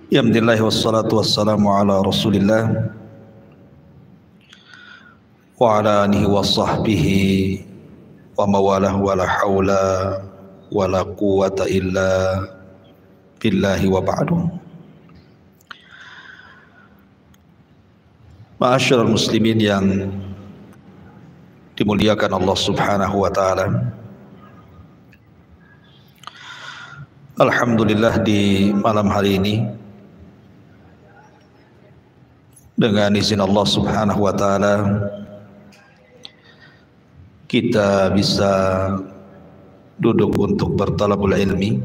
Alhamdulillah wassalatu wassalamu ala Rasulillah wa ala alihi wa sahbihi wa mawalah wa la hawla wa la quwwata illa billahi wa ba'du. Ma'asyiral muslimin yang dimuliakan Allah Subhanahu wa taala. Alhamdulillah di malam hari ini dengan izin Allah Subhanahu wa taala kita bisa duduk untuk bertalabul ilmi,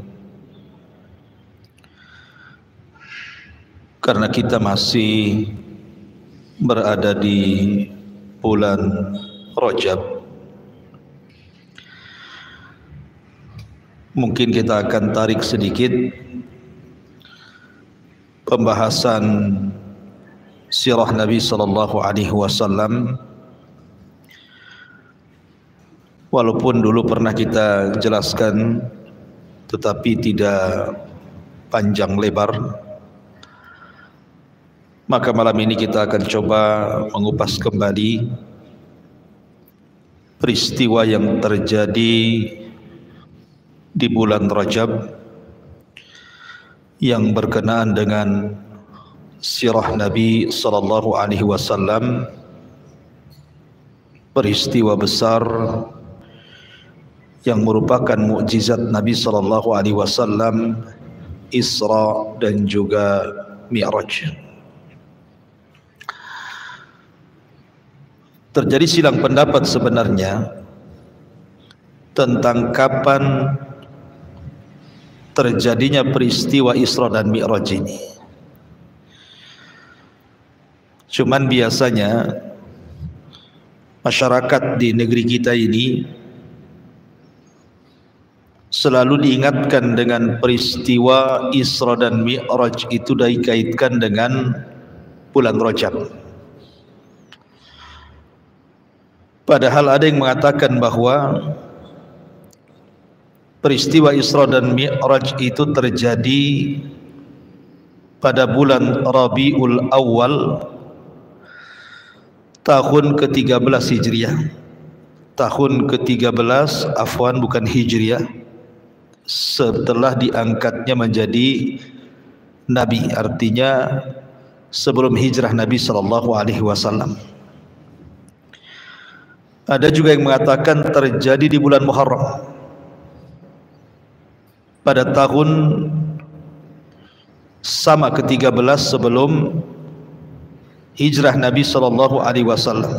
karena kita masih berada di bulan Rajab. Mungkin kita akan tarik sedikit pembahasan sirah Nabi sallallahu alaihi wasallam, walaupun dulu pernah kita jelaskan tetapi tidak panjang lebar. Maka malam ini kita akan coba mengupas kembali peristiwa yang terjadi di bulan Rajab yang berkenaan dengan sirah Nabi sallallahu alaihi wasallam, peristiwa besar yang merupakan mukjizat Nabi sallallahu alaihi wasallam, Isra dan juga Mi'raj. Terjadi silang pendapat sebenarnya tentang kapan terjadinya peristiwa Isra dan Mi'raj ini. Cuman biasanya masyarakat di negeri kita ini selalu diingatkan dengan peristiwa Isra dan Mi'raj itu dikaitkan dengan bulan Rajab. Padahal ada yang mengatakan bahwa peristiwa Isra dan Mi'raj itu terjadi pada bulan Rabiul Awal tahun ke-13 Hijriah. Tahun ke-13, bukan Hijriah, setelah diangkatnya menjadi Nabi, artinya sebelum hijrah Nabi sallallahu alaihi wasallam. Ada juga yang mengatakan terjadi di bulan Muharram pada tahun sama ke-13 sebelum hijrah Nabi sallallahu alaihi wasallam.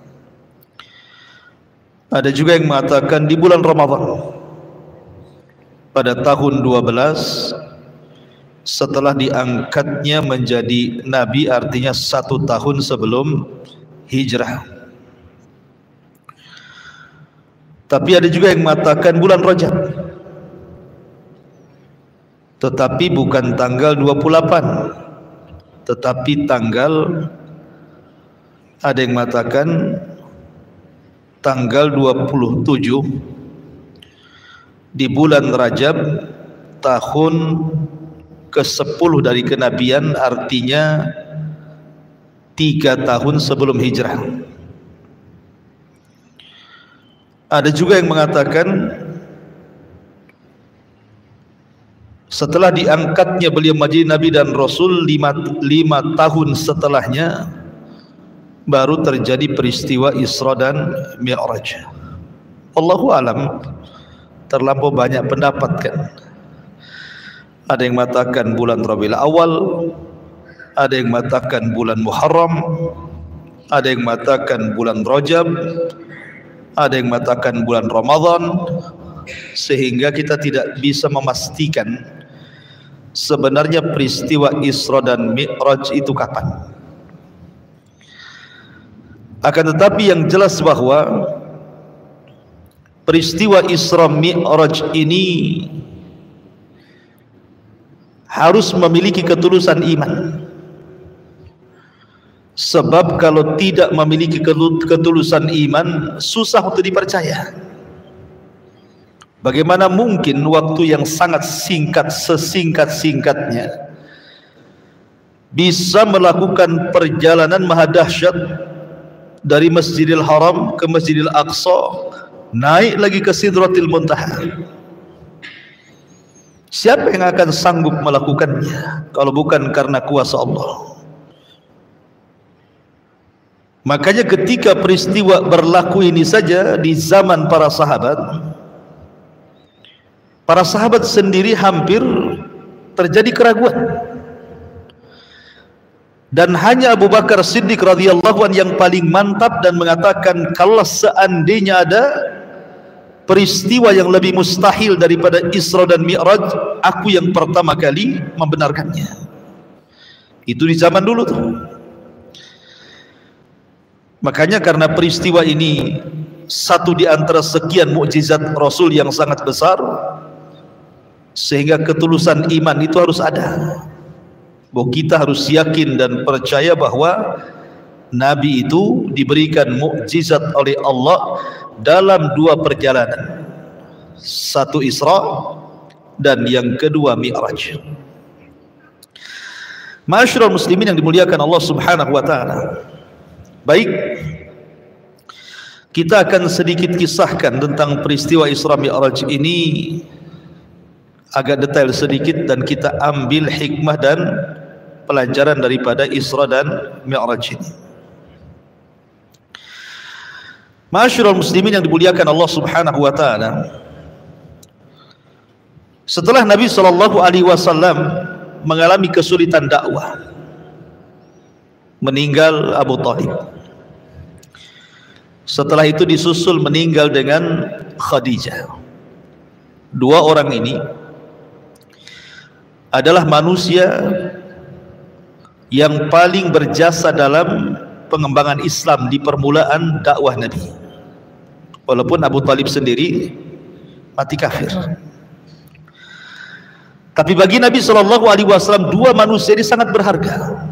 Ada juga yang mengatakan di bulan Ramadan pada tahun 12 setelah diangkatnya menjadi Nabi, artinya 1 tahun sebelum hijrah. Tapi ada juga yang mengatakan bulan Rajab, tetapi bukan tanggal 28, tetapi tanggal, ada yang mengatakan tanggal 27 di bulan Rajab tahun ke-10 dari kenabian, artinya 3 tahun sebelum hijrah. Ada juga yang mengatakan setelah diangkatnya beliau menjadi Nabi dan Rasul 5 tahun setelahnya baru terjadi peristiwa Isra dan Mi'raj. Allahu alam, terlampau banyak pendapat kan. Ada yang mengatakan bulan Rabiul Awal, ada yang mengatakan bulan Muharram, ada yang mengatakan bulan Rajab, ada yang mengatakan bulan Ramadan, sehingga kita tidak bisa memastikan sebenarnya peristiwa Isra dan Mi'raj itu kapan. Akan tetapi yang jelas bahwa peristiwa Isra Mi'raj ini harus memiliki ketulusan iman. Sebab kalau tidak memiliki ketulusan iman, susah untuk dipercaya. Bagaimana mungkin waktu yang sangat singkat, sesingkat-singkatnya, bisa melakukan perjalanan maha dahsyat dari Masjidil Haram ke Masjidil Aqsa, naik lagi ke Sidratil Muntaha. Siapa yang akan sanggup melakukannya kalau bukan karena kuasa Allah? Makanya ketika peristiwa berlaku ini saja di zaman para sahabat sendiri hampir terjadi keraguan, dan hanya Abu Bakar Siddiq radhiyallahu anhu yang paling mantap dan mengatakan, kalau seandainya ada peristiwa yang lebih mustahil daripada Isra dan Mi'raj, aku yang pertama kali membenarkannya. Itu di zaman dulu tuh. Makanya karena peristiwa ini satu di antara sekian mukjizat Rasul yang sangat besar, sehingga ketulusan iman itu harus ada. Bahwa kita harus yakin dan percaya bahwa Nabi itu diberikan mukjizat oleh Allah dalam dua perjalanan, satu Isra dan yang kedua Mi'raj. Ma'asyiral muslimin yang dimuliakan Allah Subhanahu wa taala. Baik, kita akan sedikit kisahkan tentang peristiwa Isra Mi'raj ini agak detail sedikit, dan kita ambil hikmah dan pelajaran daripada Isra dan Mi'raj ini. Ma'asyiral muslimin yang dimuliakan Allah Subhanahu wa taala. Setelah Nabi sallallahu alaihi wasallam mengalami kesulitan dakwah, meninggal Abu Thalib. Setelah itu disusul meninggal dengan Khadijah. Dua orang ini adalah manusia yang paling berjasa dalam pengembangan Islam di permulaan dakwah Nabi. Walaupun Abu Thalib sendiri mati kafir, tapi bagi Nabi SAW dua manusia ini sangat berharga.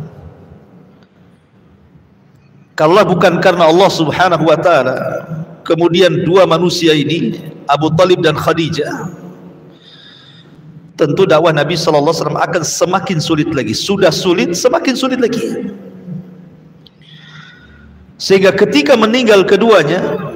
Kalau bukan karena Allah Subhanahu wa taala, kemudian dua manusia ini, Abu Thalib dan Khadijah, tentu dakwah Nabi SAW akan semakin sulit lagi. Sudah sulit, semakin sulit lagi. Sehingga ketika meninggal keduanya,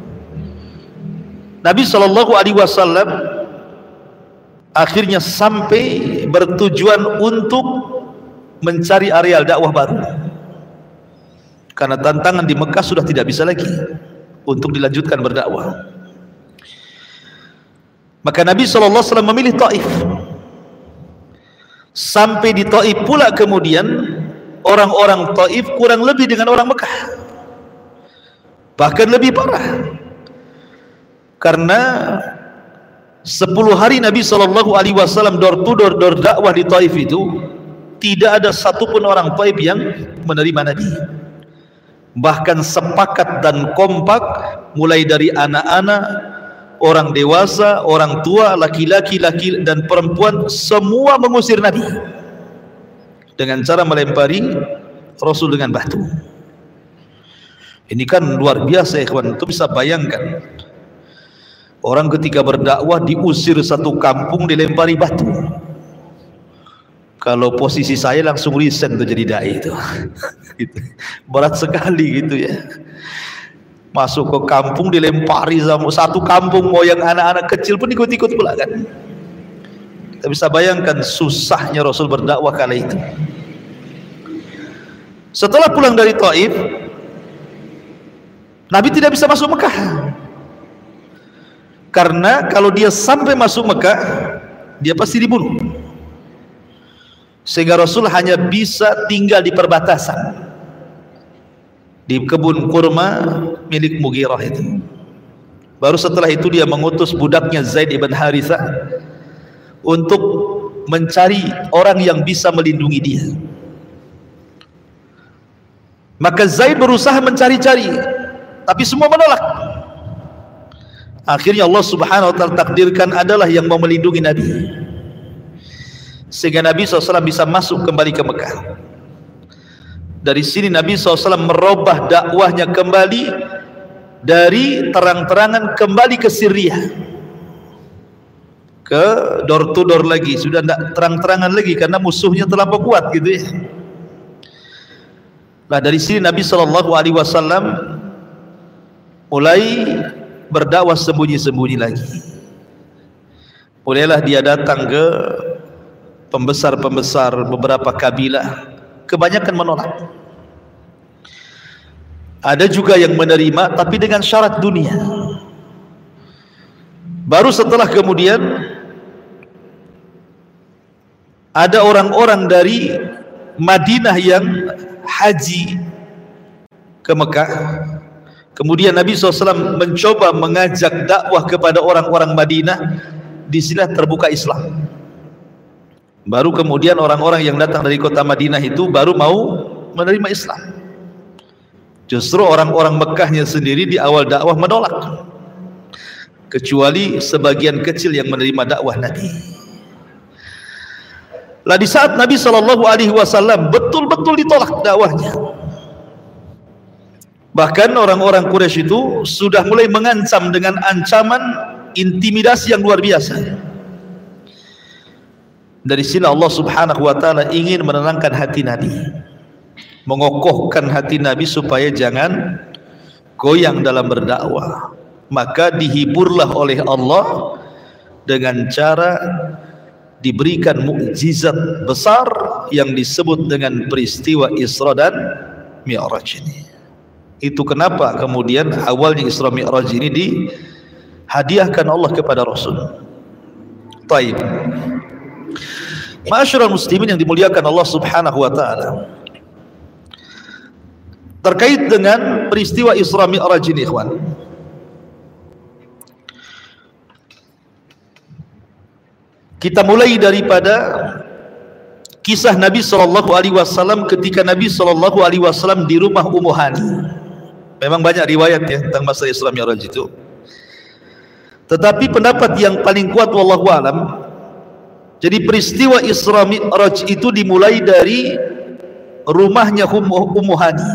Nabi SAW akhirnya sampai bertujuan untuk mencari areal dakwah baru, karena tantangan di Mekah sudah tidak bisa lagi untuk dilanjutkan berdakwah. Maka Nabi SAW memilih Taif. Sampai di Taif pula kemudian orang-orang Taif kurang lebih dengan orang Mekah, bahkan lebih parah. Karena 10 hari Nabi SAW door to door dakwah di Taif itu, tidak ada satupun orang Taif yang menerima Nabi. Bahkan sepakat dan kompak, mulai dari anak-anak, orang dewasa, orang tua, laki-laki dan perempuan, semua mengusir Nabi dengan cara melempari Rasul dengan batu. Ini kan luar biasa, ikhwan. Itu bisa bayangkan, orang ketika berdakwah diusir satu kampung, dilempari batu. Kalau posisi saya langsung resign tuh jadi dai itu. Gitu. Berat sekali gitu ya. Masuk ke kampung dilempari sama satu kampung, mau yang anak-anak kecil pun ikut-ikut pula kan. Kita bisa bayangkan susahnya Rasul berdakwah kala itu. Setelah pulang dari Taif, Nabi tidak bisa masuk Mekah. Karena kalau dia sampai masuk Mekah, dia pasti dibunuh. Sehingga Rasul hanya bisa tinggal di perbatasan, di kebun kurma milik Mughirah itu. Baru setelah itu dia mengutus budaknya Zaid ibn Harithah untuk mencari orang yang bisa melindungi dia. Maka Zaid berusaha mencari-cari, tapi semua menolak. Akhirnya Allah Subhanahu wa taala takdirkan adalah yang mau melindungi Nabi, sehingga Nabi SAW bisa masuk kembali ke Mekah. Dari sini Nabi SAW merubah dakwahnya kembali dari terang-terangan kembali ke Syria, ke door to door lagi. Sudah tidak terang-terangan lagi karena musuhnya terlampau kuat gitu ya. Nah, dari sini Nabi Shallallahu Alaihi Wasallam mulai berdakwah sembunyi-sembunyi lagi. Mulailah dia datang ke pembesar-pembesar beberapa kabilah, kebanyakan menolak. Ada juga yang menerima tapi dengan syarat dunia. Baru setelah kemudian ada orang-orang dari Madinah yang haji ke Mekah. Kemudian Nabi SAW mencoba mengajak dakwah kepada orang-orang Madinah. Di sini terbuka Islam. Baru kemudian orang-orang yang datang dari kota Madinah itu baru mau menerima Islam. Justru orang-orang Mekahnya sendiri di awal dakwah menolak, kecuali sebagian kecil yang menerima dakwah Nabi. Lah di saat Nabi Shallallahu Alaihi Wasallam betul-betul ditolak dakwahnya, bahkan orang-orang Quraisy itu sudah mulai mengancam dengan ancaman intimidasi yang luar biasa. Dari sini Allah Subhanahu wa taala ingin menenangkan hati Nabi, mengokohkan hati Nabi supaya jangan goyang dalam berdakwah. Maka dihiburlah oleh Allah dengan cara diberikan mukjizat besar yang disebut dengan peristiwa Isra dan Mi'raj ini. Itu kenapa kemudian awalnya Isra Mi'raj ini dihadiahkan Allah kepada Rasul. Taib. Ma'asyiral muslimin yang dimuliakan Allah Subhanahu wa taala. Terkait dengan peristiwa Isra Mi'raj ini, ikhwan. Kita mulai daripada kisah Nabi Shallallahu Alaihi Wasallam ketika Nabi Shallallahu Alaihi Wasallam di rumah Ummu Hani. Memang banyak riwayat ya tentang masalah Isra Mi'raj itu. Tetapi pendapat yang paling kuat wallahu alam, jadi peristiwa Isra Mi'raj itu dimulai dari rumahnya Ummu Hani.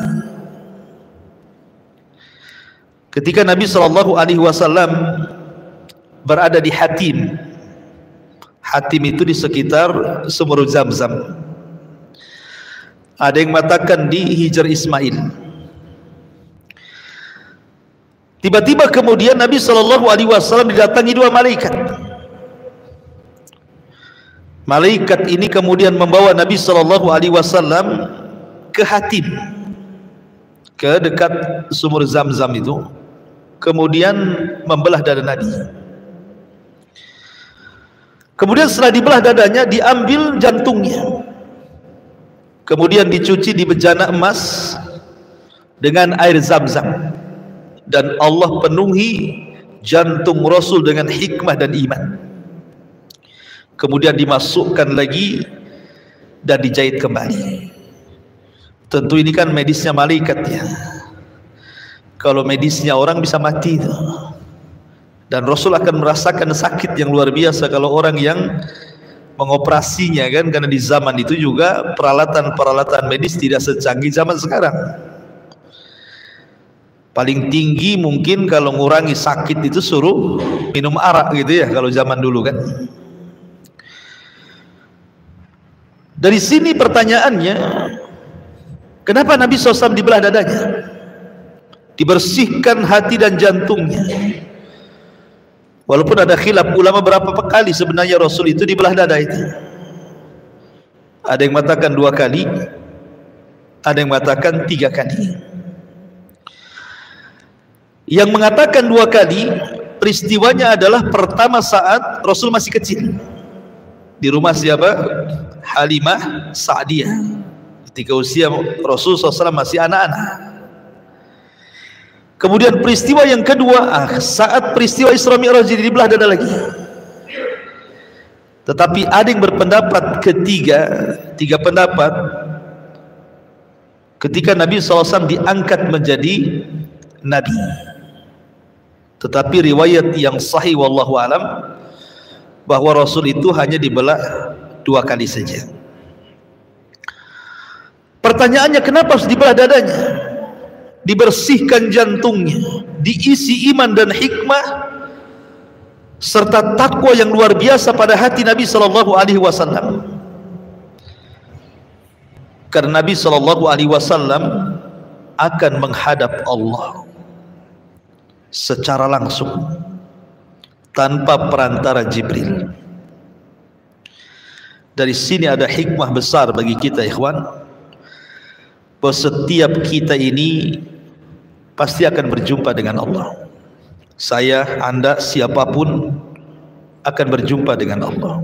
Ketika Nabi Shallallahu Alaihi Wasallam berada di Hatim. Hatim itu di sekitar sumur Zam-Zam. Ada yang mengatakan di Hijr Ismail. Tiba-tiba kemudian Nabi Shallallahu Alaihi Wasallam didatangi dua malaikat. Malaikat ini kemudian membawa Nabi Shallallahu Alaihi Wasallam ke Hatim, ke dekat sumur Zam-Zam itu. Kemudian membelah dada Nabi. Kemudian setelah dibelah dadanya, diambil jantungnya, kemudian dicuci di bejana emas dengan air Zam-Zam, dan Allah penuhi jantung Rasul dengan hikmah dan iman. Kemudian dimasukkan lagi dan dijahit kembali. Tentu ini kan medisnya malaikat ya. Kalau medisnya orang bisa mati itu. Dan Rasul akan merasakan sakit yang luar biasa kalau orang yang mengoperasinya kan, karena di zaman itu juga peralatan-peralatan medis tidak secanggih zaman sekarang. Paling tinggi mungkin kalau ngurangi sakit itu suruh minum arak gitu ya kalau zaman dulu kan. Dari sini pertanyaannya, kenapa Nabi SAW dibelah dadanya, dibersihkan hati dan jantungnya? Walaupun ada khilaf ulama berapa kali sebenarnya Rasul itu dibelah dada itu. Ada yang mengatakan 2 kali, ada yang mengatakan 3 kali. Yang mengatakan 2 kali, peristiwanya adalah pertama saat Rasul masih kecil. Di rumah siapa? Halimah Sa'diyah. Ketika usia Rasul SAW masih anak-anak. Kemudian peristiwa yang kedua, saat peristiwa Isra Mi'raj dibelah dada lagi. Tetapi ada yang berpendapat tiga pendapat, ketika Nabi SAW diangkat menjadi Nabi. Tetapi riwayat yang sahih wallahu alam, bahwa Rasul itu hanya dibelah 2 kali saja. Pertanyaannya, kenapa harus dibelah dadanya? Dibersihkan jantungnya, diisi iman dan hikmah serta takwa yang luar biasa pada hati Nabi Shallallahu Alaihi Wasallam. Karena Nabi Shallallahu Alaihi Wasallam akan menghadap Allah secara langsung tanpa perantara Jibril. Dari sini ada hikmah besar bagi kita, ikhwan, bahwa setiap kita ini pasti akan berjumpa dengan Allah. Saya, Anda, siapapun akan berjumpa dengan Allah.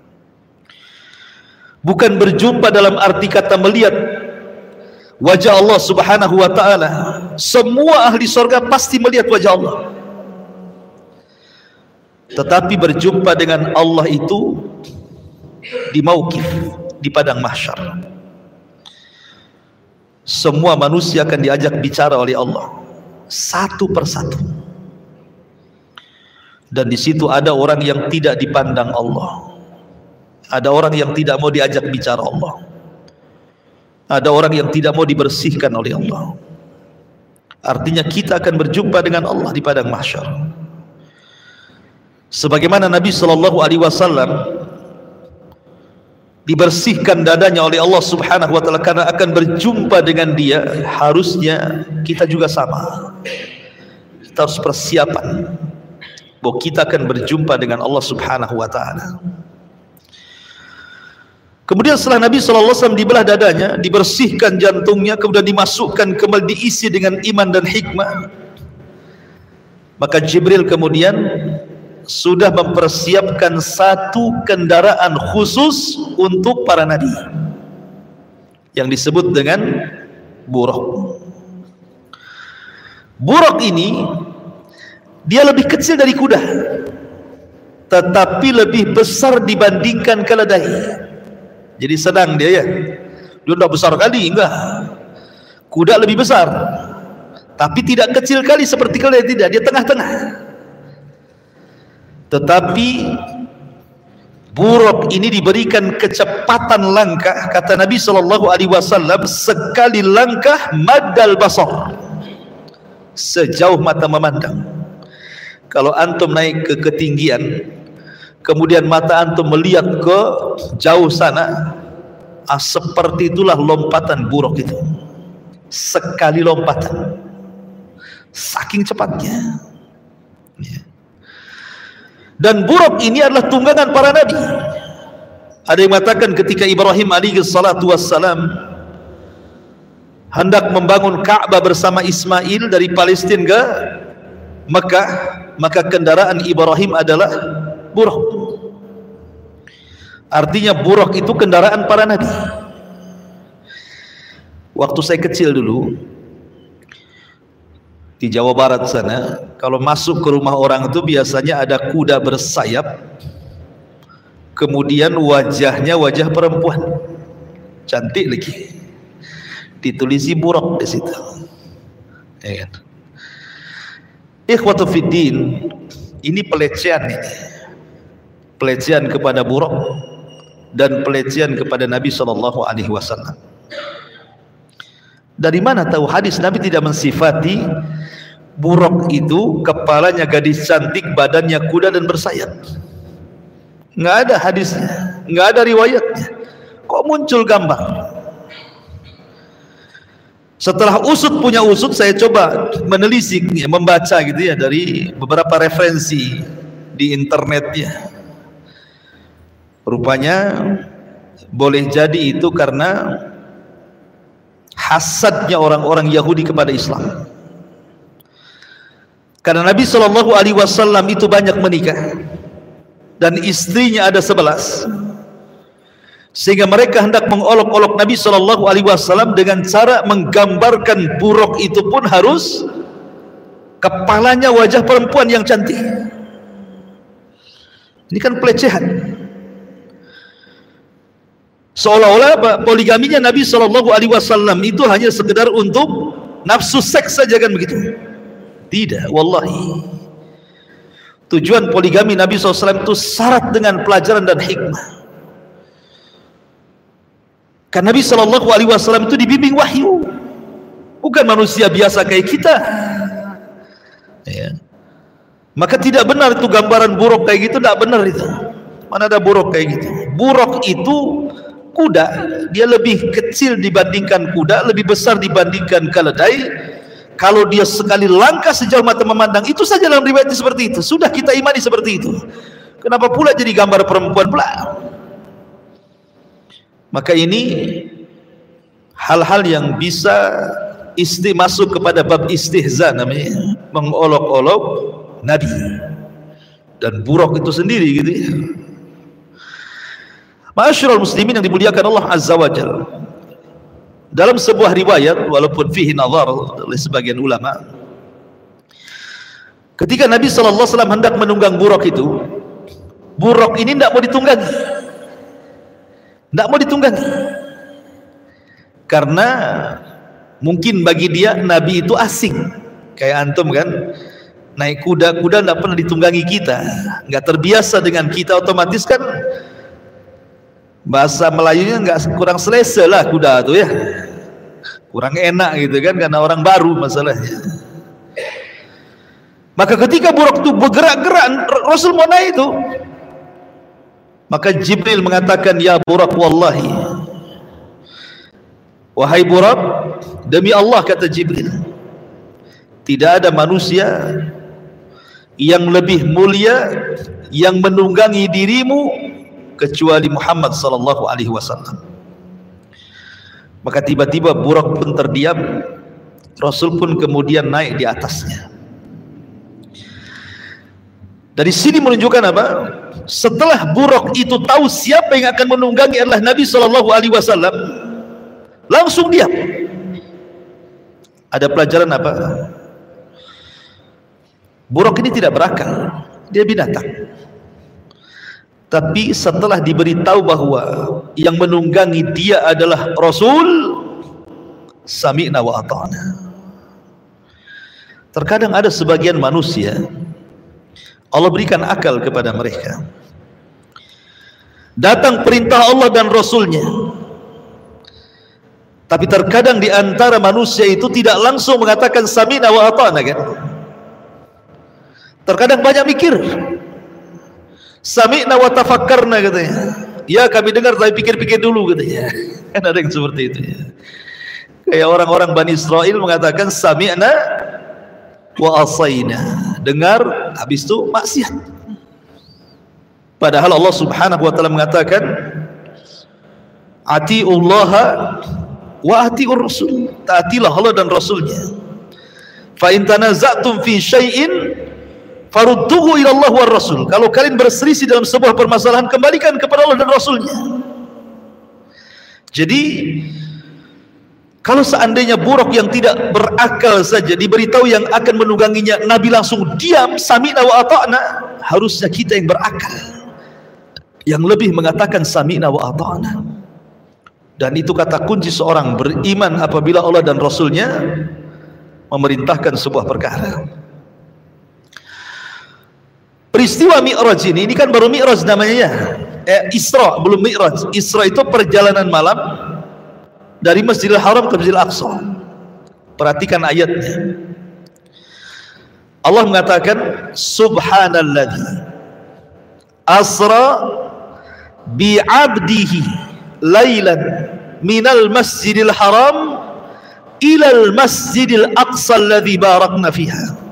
Bukan berjumpa dalam arti kata melihat wajah Allah Subhanahu wa ta'ala. Semua ahli surga pasti melihat wajah Allah. Tetapi berjumpa dengan Allah itu di mauqif, di padang mahsyar. Semua manusia akan diajak bicara oleh Allah satu persatu. Dan di situ ada orang yang tidak dipandang Allah. Ada orang yang tidak mau diajak bicara Allah. Ada orang yang tidak mau dibersihkan oleh Allah. Artinya kita akan berjumpa dengan Allah di padang mahsyar. Sebagaimana Nabi Shallallahu Alaihi Wasallam dibersihkan dadanya oleh Allah Subhanahu wa ta'ala karena akan berjumpa dengan Dia, harusnya kita juga sama. Kita harus persiapan bahwa kita akan berjumpa dengan Allah Subhanahu wa ta'ala. Kemudian setelah Nabi SAW dibelah dadanya, dibersihkan jantungnya, kemudian dimasukkan kembali, diisi dengan iman dan hikmah, maka Jibril kemudian sudah mempersiapkan satu kendaraan khusus untuk para nabi yang disebut dengan buraq. Buraq ini dia lebih kecil dari kuda, tetapi lebih besar dibandingkan keledai. Jadi sedang dia, ya, dia tidak besar kali, enggak. Kuda lebih besar, tapi tidak kecil kali seperti keledai, tidak, dia tengah-tengah. Tetapi buraq ini diberikan kecepatan langkah, kata Nabi Shallallahu Alaihi Wasallam, sekali langkah maddal basar, sejauh mata memandang. Kalau antum naik ke ketinggian, kemudian mata antum melihat ke jauh sana, seperti itulah lompatan buraq itu. Sekali lompatan, saking cepatnya. Dan buraq ini adalah tunggangan para nabi. Ada yang mengatakan ketika Ibrahim alaihi salatu wassalam hendak membangun Ka'bah bersama Ismail dari Palestina ke Mekah, maka kendaraan Ibrahim adalah buraq. Artinya buraq itu kendaraan para nabi. Waktu saya kecil dulu di Jawa Barat sana, kalau masuk ke rumah orang itu biasanya ada kuda bersayap, kemudian wajahnya wajah perempuan, cantik lagi, ditulisi buraq di situ. Ya kan? Ikhwatu fiddin, ini pelecehan ini. Pelecehan kepada buraq dan pelecehan kepada Nabi Shallallahu Alaihi Wasallam. Dari mana tahu hadis Nabi tidak mensifati buraq itu kepalanya gadis cantik, badannya kuda dan bersayap? Nggak ada hadisnya, nggak ada riwayatnya. Kok muncul gambar? Setelah usut punya usut, saya coba menelisik, membaca gitu ya dari beberapa referensi di internetnya. Rupanya boleh jadi itu karena hasadnya orang-orang Yahudi kepada Islam. Karena Nabi Shallallahu Alaihi Wasallam itu banyak menikah dan istrinya ada 11, sehingga mereka hendak mengolok-olok Nabi Shallallahu Alaihi Wasallam dengan cara menggambarkan buraq itu pun harus kepalanya wajah perempuan yang cantik. Ini kan pelecehan. Seolah-olah poligaminya Nabi Shallallahu Alaihi Wasallam itu hanya sekedar untuk nafsu seks saja, kan begitu? Tidak, wallahi. Tujuan poligami Nabi SAW itu syarat dengan pelajaran dan hikmah. Karena Nabi Shallallahu Alaihi Wasallam itu dibimbing wahyu, bukan manusia biasa kayak kita. Ya. Maka tidak benar itu gambaran buraq kayak gitu, tidak benar itu. Mana ada buraq kayak gitu? Buraq itu kuda, dia lebih kecil dibandingkan kuda, lebih besar dibandingkan keledai. Kalau dia sekali langkah sejauh mata memandang, itu saja dalam riwayatnya seperti itu. Sudah kita imani seperti itu. Kenapa pula jadi gambar perempuan pula? Maka ini hal-hal yang bisa masuk kepada bab istihza, namanya mengolok-olok Nabi dan buruk itu sendiri gitu ya. Ma'asyiral muslimin yang dimuliakan Allah Azza wa Jalla, dalam sebuah riwayat walaupun fihi nazar oleh sebagian ulama, ketika Nabi sallallahu alaihi wasallam hendak menunggang buruk itu, buruk ini tidak mau ditunggangi. Tidak mau ditunggangi karena mungkin bagi dia Nabi itu asing, kayak antum kan naik kuda tidak pernah ditunggangi kita, nggak terbiasa dengan kita, otomatis kan bahasa Melayunya nggak kurang selesa lah kuda tuh ya, kurang enak gitu kan, karena orang baru masalahnya. Maka ketika buruk itu bergerak-gerak, Rasul mau naik itu, maka Jibril mengatakan, ya Burak, wallahi, wahai Burak, demi Allah, kata Jibril, tidak ada manusia yang lebih mulia yang menunggangi dirimu kecuali Muhammad sallallahu alaihi wasallam. Maka tiba-tiba Burak pun terdiam, Rasul pun kemudian naik di atasnya. Dari sini menunjukkan apa? Setelah Burak itu tahu siapa yang akan menunggangi adalah Nabi sallallahu alaihi wasallam, langsung diam. Ada pelajaran apa? Burak ini tidak berakal, dia binatang. Tapi setelah diberitahu bahwa yang menunggangi dia adalah Rasul, sami'na wa ata'na. Terkadang ada sebagian manusia Allah berikan akal kepada mereka, datang perintah Allah dan Rasulnya, tapi terkadang di antara manusia itu tidak langsung mengatakan sami'na wa ata'na kan. Terkadang banyak mikir, sami'na wa tafakkarna katanya, ya kami dengar tapi pikir-pikir dulu katanya. Kan ada yang seperti itu ya. Kayak orang-orang Bani Israel mengatakan sami'na wa asayna, dengar habis itu maksiat. Padahal Allah Subhanahu wa taala mengatakan atiullaha wa atiur rasul, taatilah Allah dan Rasulnya. Fa in tanaza'tum fi syai'in farudduhu ila Allah war Rasul. Kalau kalian berselisih dalam sebuah permasalahan, kembalikan kepada Allah dan Rasulnya. Jadi kalau seandainya Burak yang tidak berakal saja diberitahu yang akan menungganginya, Nabi langsung diam, sami'na wa ata'na, harusnya kita yang berakal yang lebih mengatakan sami'na wa ata'na. Dan itu kata kunci seorang beriman apabila Allah dan Rasulnya memerintahkan sebuah perkara. Peristiwa Mi'raj ini kan baru Mi'raj namanya ya. Isra, belum Mi'raj. Isra itu perjalanan malam dari Masjidil Haram ke Masjidil Aqsa. Perhatikan ayatnya. Allah mengatakan subhanalladzi asra bi'abdihi lailan minal Masjidil Haram ilal Masjidil Aqsa alladzi barakna fiha.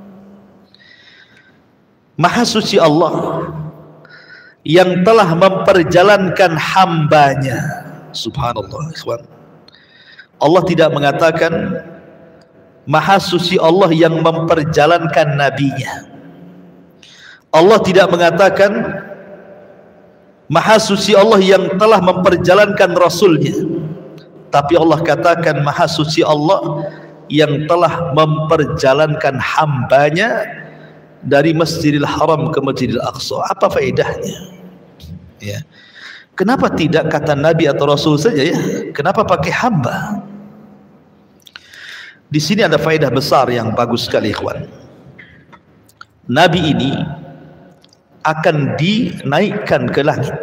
Maha suci Allah yang telah memperjalankan hambanya. Subhanallah, ikhwan. Allah tidak mengatakan maha suci Allah yang memperjalankan nabinya. Allah tidak mengatakan maha suci Allah yang telah memperjalankan rasulnya. Tapi Allah katakan maha suci Allah yang telah memperjalankan hambanya dari Masjidil Haram ke Masjidil Aqsa. Apa faedahnya? Ya. Kenapa tidak kata Nabi atau Rasul saja ya? Kenapa pakai hamba? Di sini ada faedah besar yang bagus sekali, ikhwan. Nabi ini akan dinaikkan ke langit,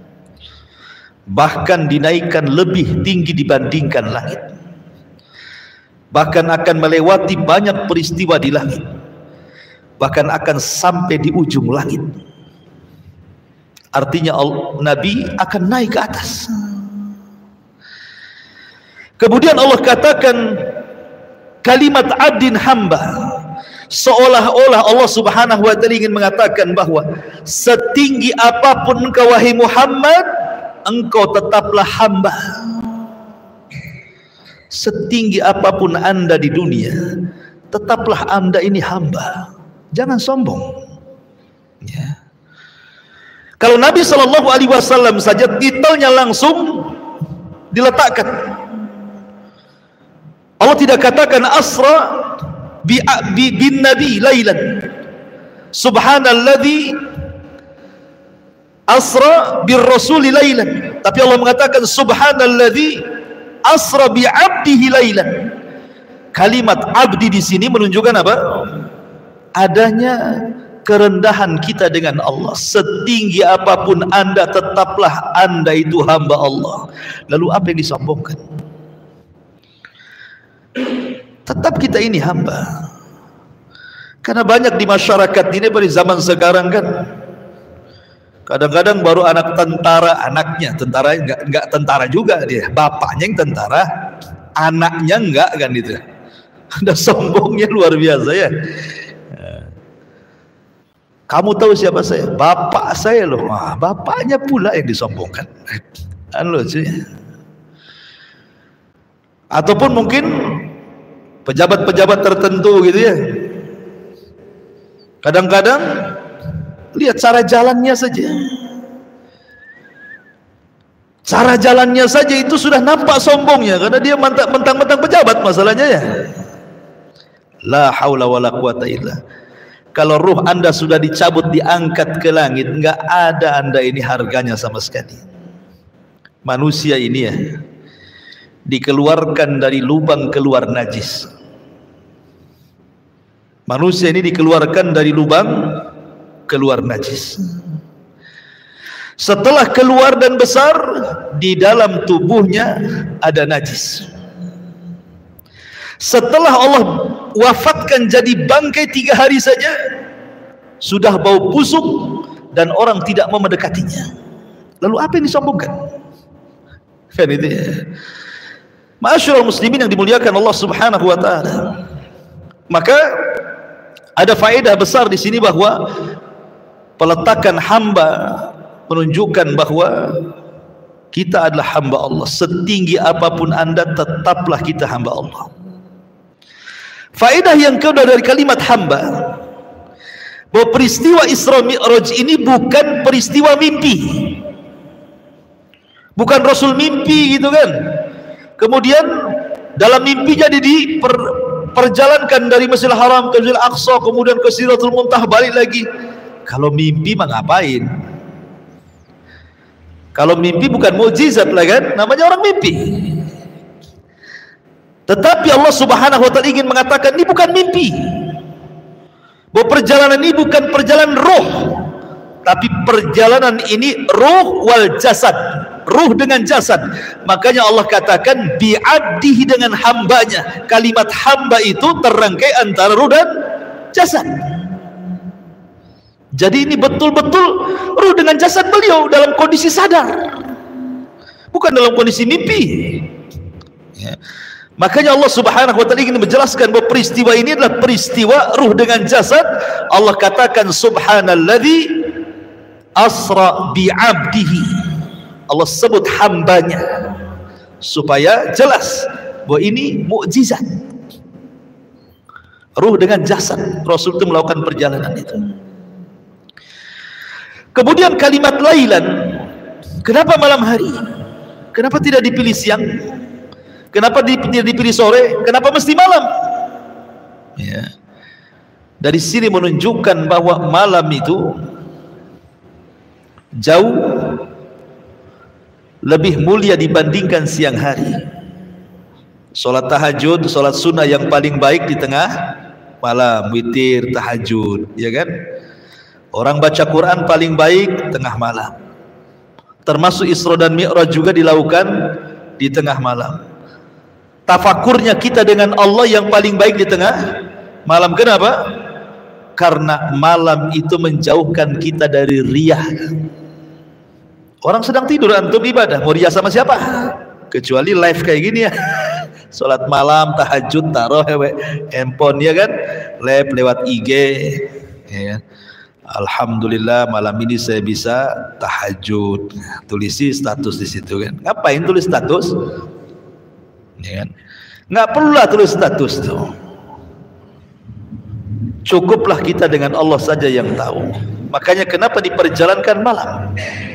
bahkan dinaikkan lebih tinggi dibandingkan langit, bahkan akan melewati banyak peristiwa di langit, bahkan akan sampai di ujung langit. Artinya Nabi akan naik ke atas. Kemudian Allah katakan kalimat abdin hamba, seolah-olah Allah subhanahu wa ta'ala ingin mengatakan bahwa setinggi apapun engkau wahai Muhammad, engkau tetaplah hamba. Setinggi apapun anda di dunia, tetaplah anda ini hamba. Jangan sombong ya. Kalau Nabi SAW saja titelnya langsung diletakkan. Allah tidak katakan asra bin nabi lailan, subhanalladzi asra bir rasuli lailan, tapi Allah mengatakan subhanalladzi asra bi abdihi lailan. Kalimat abdi di sini menunjukkan apa? Adanya kerendahan kita dengan Allah. Setinggi apapun anda, tetaplah anda itu hamba Allah. Lalu apa yang disombongkan? Tetap kita ini hamba. Karena banyak di masyarakat ini pada zaman sekarang kan, kadang-kadang baru anak tentara, anaknya tentara, enggak tentara juga dia, bapaknya yang tentara, anaknya enggak kan itu. Ada sombongnya luar biasa ya. Kamu tahu siapa saya? Bapak saya loh. Wah, bapaknya pula yang disombongkan. Anu sih. Ataupun mungkin pejabat-pejabat tertentu gitu ya. Kadang-kadang lihat cara jalannya saja. Cara jalannya saja itu sudah nampak sombongnya, karena dia mentang-mentang pejabat masalahnya ya. La haula wala quwata illa. Kalau ruh anda sudah dicabut, diangkat ke langit, enggak ada anda ini harganya sama sekali. Manusia ini ya, dikeluarkan dari lubang keluar najis. Manusia ini dikeluarkan dari lubang keluar najis. Setelah keluar dan besar, di dalam tubuhnya ada najis. Setelah Allah wafatkan jadi bangkai 3 hari saja, sudah bau busuk dan orang tidak mau mendekatinya. Lalu apa yang disombongkan? Kan itu ya. Ma'asyiral muslimin yang dimuliakan Allah Subhanahu wa taala. Maka ada faedah besar di sini bahwa peletakan hamba menunjukkan bahwa kita adalah hamba Allah. Setinggi apapun anda, tetaplah kita hamba Allah. Faedah yang kedua dari kalimat hamba, bahwa peristiwa Isra Mi'raj ini bukan peristiwa mimpi. Bukan Rasul mimpi gitu kan. Kemudian dalam mimpinya diperjalankan dari Masjidil Haram ke Masjidil Aqsa, kemudian ke Sidratul Muntaha, balik lagi. Kalau mimpi mah ngapain? Kalau mimpi bukan mukjizat lah kan, namanya orang mimpi. Tetapi Allah Subhanahu wa taala ingin mengatakan ini bukan mimpi. Bahwa perjalanan ini bukan perjalanan roh, tapi perjalanan ini ruh wal jasad, ruh dengan jasad. Makanya Allah katakan bi'abdihi, dengan hambanya. Kalimat hamba itu terrangkai antara ruh dan jasad. Jadi ini betul-betul ruh dengan jasad beliau dalam kondisi sadar, bukan dalam kondisi mimpi ya. Makanya Allah Subhanahu wa taala ingin menjelaskan bahwa peristiwa ini adalah peristiwa ruh dengan jasad. Allah katakan subhanalladzi asra bi'abdihi. Allah sebut hambanya supaya jelas bahwa ini mukjizat. Ruh dengan jasad, Rasul itu melakukan perjalanan itu. Kemudian kalimat lailan, kenapa malam hari? Kenapa tidak dipilih siang? Kenapa tidak dipilih sore? Kenapa mesti malam? Ya. Dari sini menunjukkan bahwa malam itu jauh lebih mulia dibandingkan siang hari. Sholat tahajud, sholat sunnah yang paling baik di tengah malam, witir, tahajud, ya kan? Orang baca Quran paling baik tengah malam. Termasuk Isra dan Mi'raj juga dilakukan di tengah malam. Tafakurnya kita dengan Allah yang paling baik di tengah malam. Kenapa? Karena malam itu menjauhkan kita dari riyah. Orang sedang tidur, antum ibadah, mau riyah sama siapa? kecuali live kayak gini ya. Sholat malam, tahajud, taruh handphone ya kan, live lewat IG ya. Alhamdulillah malam ini saya bisa tahajud, tulisi status di situ kan. Ngapain tulis status? Ya kan? Nggak perlulah tulis status tuh. Cukuplah kita dengan Allah saja yang tahu. Makanya kenapa diperjalankan malam?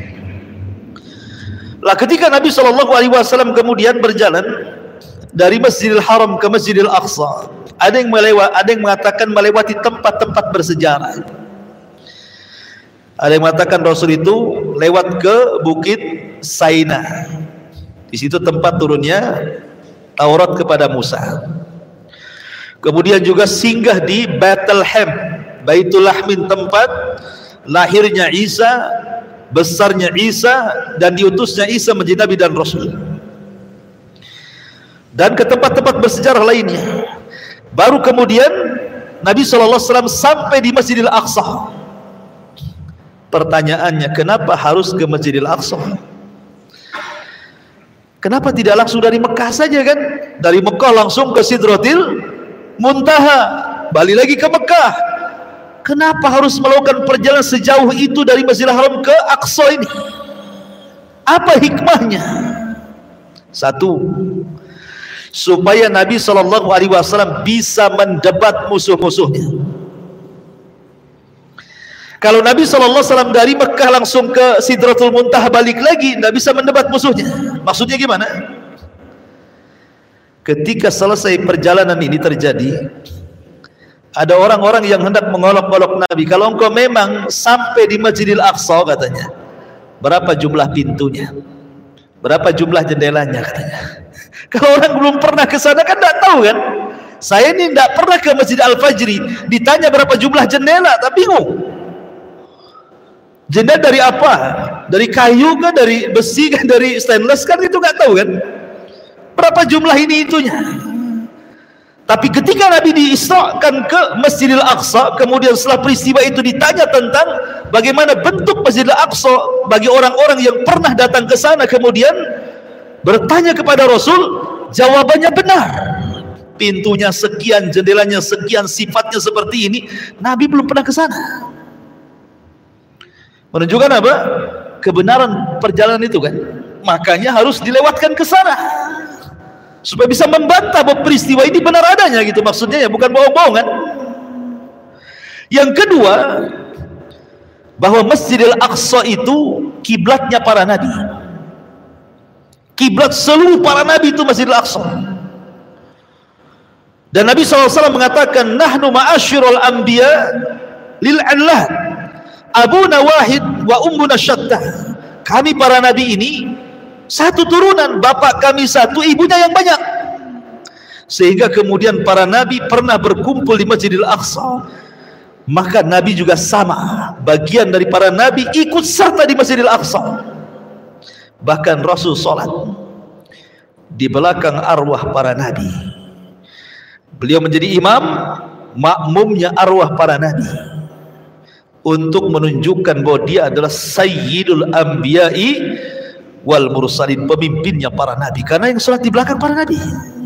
Lah ketika Nabi SAW kemudian berjalan dari Masjidil Haram ke Masjidil Aqsa, ada yang mengatakan melewati tempat-tempat bersejarah. Ada yang mengatakan Rasul itu lewat ke Bukit Saina. Di situ tempat turunnya Taurat kepada Musa. Kemudian juga singgah di Bethlehem, Baitul Lahmin, tempat lahirnya Isa, besarnya Isa, dan diutusnya Isa menjadi Nabi dan Rasul. Dan ke tempat-tempat bersejarah lainnya. Baru kemudian Nabi SAW sampai di Masjidil Aqsa. Pertanyaannya, kenapa harus ke Masjidil Aqsa? Kenapa tidak langsung dari Mekah saja kan? Dari Mekah langsung ke Sidratil Muntaha, balik lagi ke Mekah. Kenapa harus melakukan perjalanan sejauh itu dari Masjidil Haram ke Aqsa ini? Apa hikmahnya? Satu, supaya Nabi SAW bisa mendebat musuh-musuhnya. Kalau Nabi SAW dari Mekah langsung ke Sidratul Muntaha balik lagi, tidak bisa mendebat musuhnya. Maksudnya gimana? Ketika selesai perjalanan ini terjadi, ada orang-orang yang hendak mengolok-olok Nabi. Kalau engkau memang sampai di Masjidil Aqsa, katanya, berapa jumlah pintunya? Berapa jumlah jendelanya, katanya. Kalau orang belum pernah ke sana kan tidak tahu kan. Saya ini tidak pernah ke Masjid Al-Fajri, ditanya berapa jumlah jendela, tak bingung. Jendela dari apa? Dari kayu kan, dari besi kan, dari stainless kan, itu nggak tahu kan. Berapa jumlah ini itunya. Tapi ketika Nabi diisrakan ke Masjidil Aqsa, kemudian setelah peristiwa itu ditanya tentang bagaimana bentuk Masjidil Aqsa bagi orang-orang yang pernah datang ke sana, kemudian bertanya kepada Rasul, jawabannya benar. Pintunya sekian, jendelanya sekian, sifatnya seperti ini. Nabi belum pernah ke sana. Menunjukkan apa? Kebenaran perjalanan itu kan. Makanya harus dilewatkan ke sana supaya bisa membantah bahwa peristiwa ini benar adanya gitu, maksudnya ya, bukan bohong-bohongan. Yang kedua, bahwa Masjidil Aqsa itu kiblatnya para nabi. Kiblat seluruh para nabi itu Masjidil Aqsa. Dan Nabi SAW mengatakan, nahnu ma'asyirul anbiya lil'anlah abuna wahid wa ummuna syattah. Kami para nabi ini satu turunan, bapak kami satu, ibunya yang banyak. Sehingga kemudian para nabi pernah berkumpul di Masjidil Aqsa. Maka nabi juga sama, bagian dari para nabi ikut serta di Masjidil Aqsa. Bahkan Rasul sholat di belakang arwah para nabi. Beliau menjadi imam, makmumnya arwah para nabi, untuk menunjukkan bahwa dia adalah Sayyidul Anbiya'i wal Mursalin, pemimpinnya para nabi, karena yang sholat di belakang para nabi.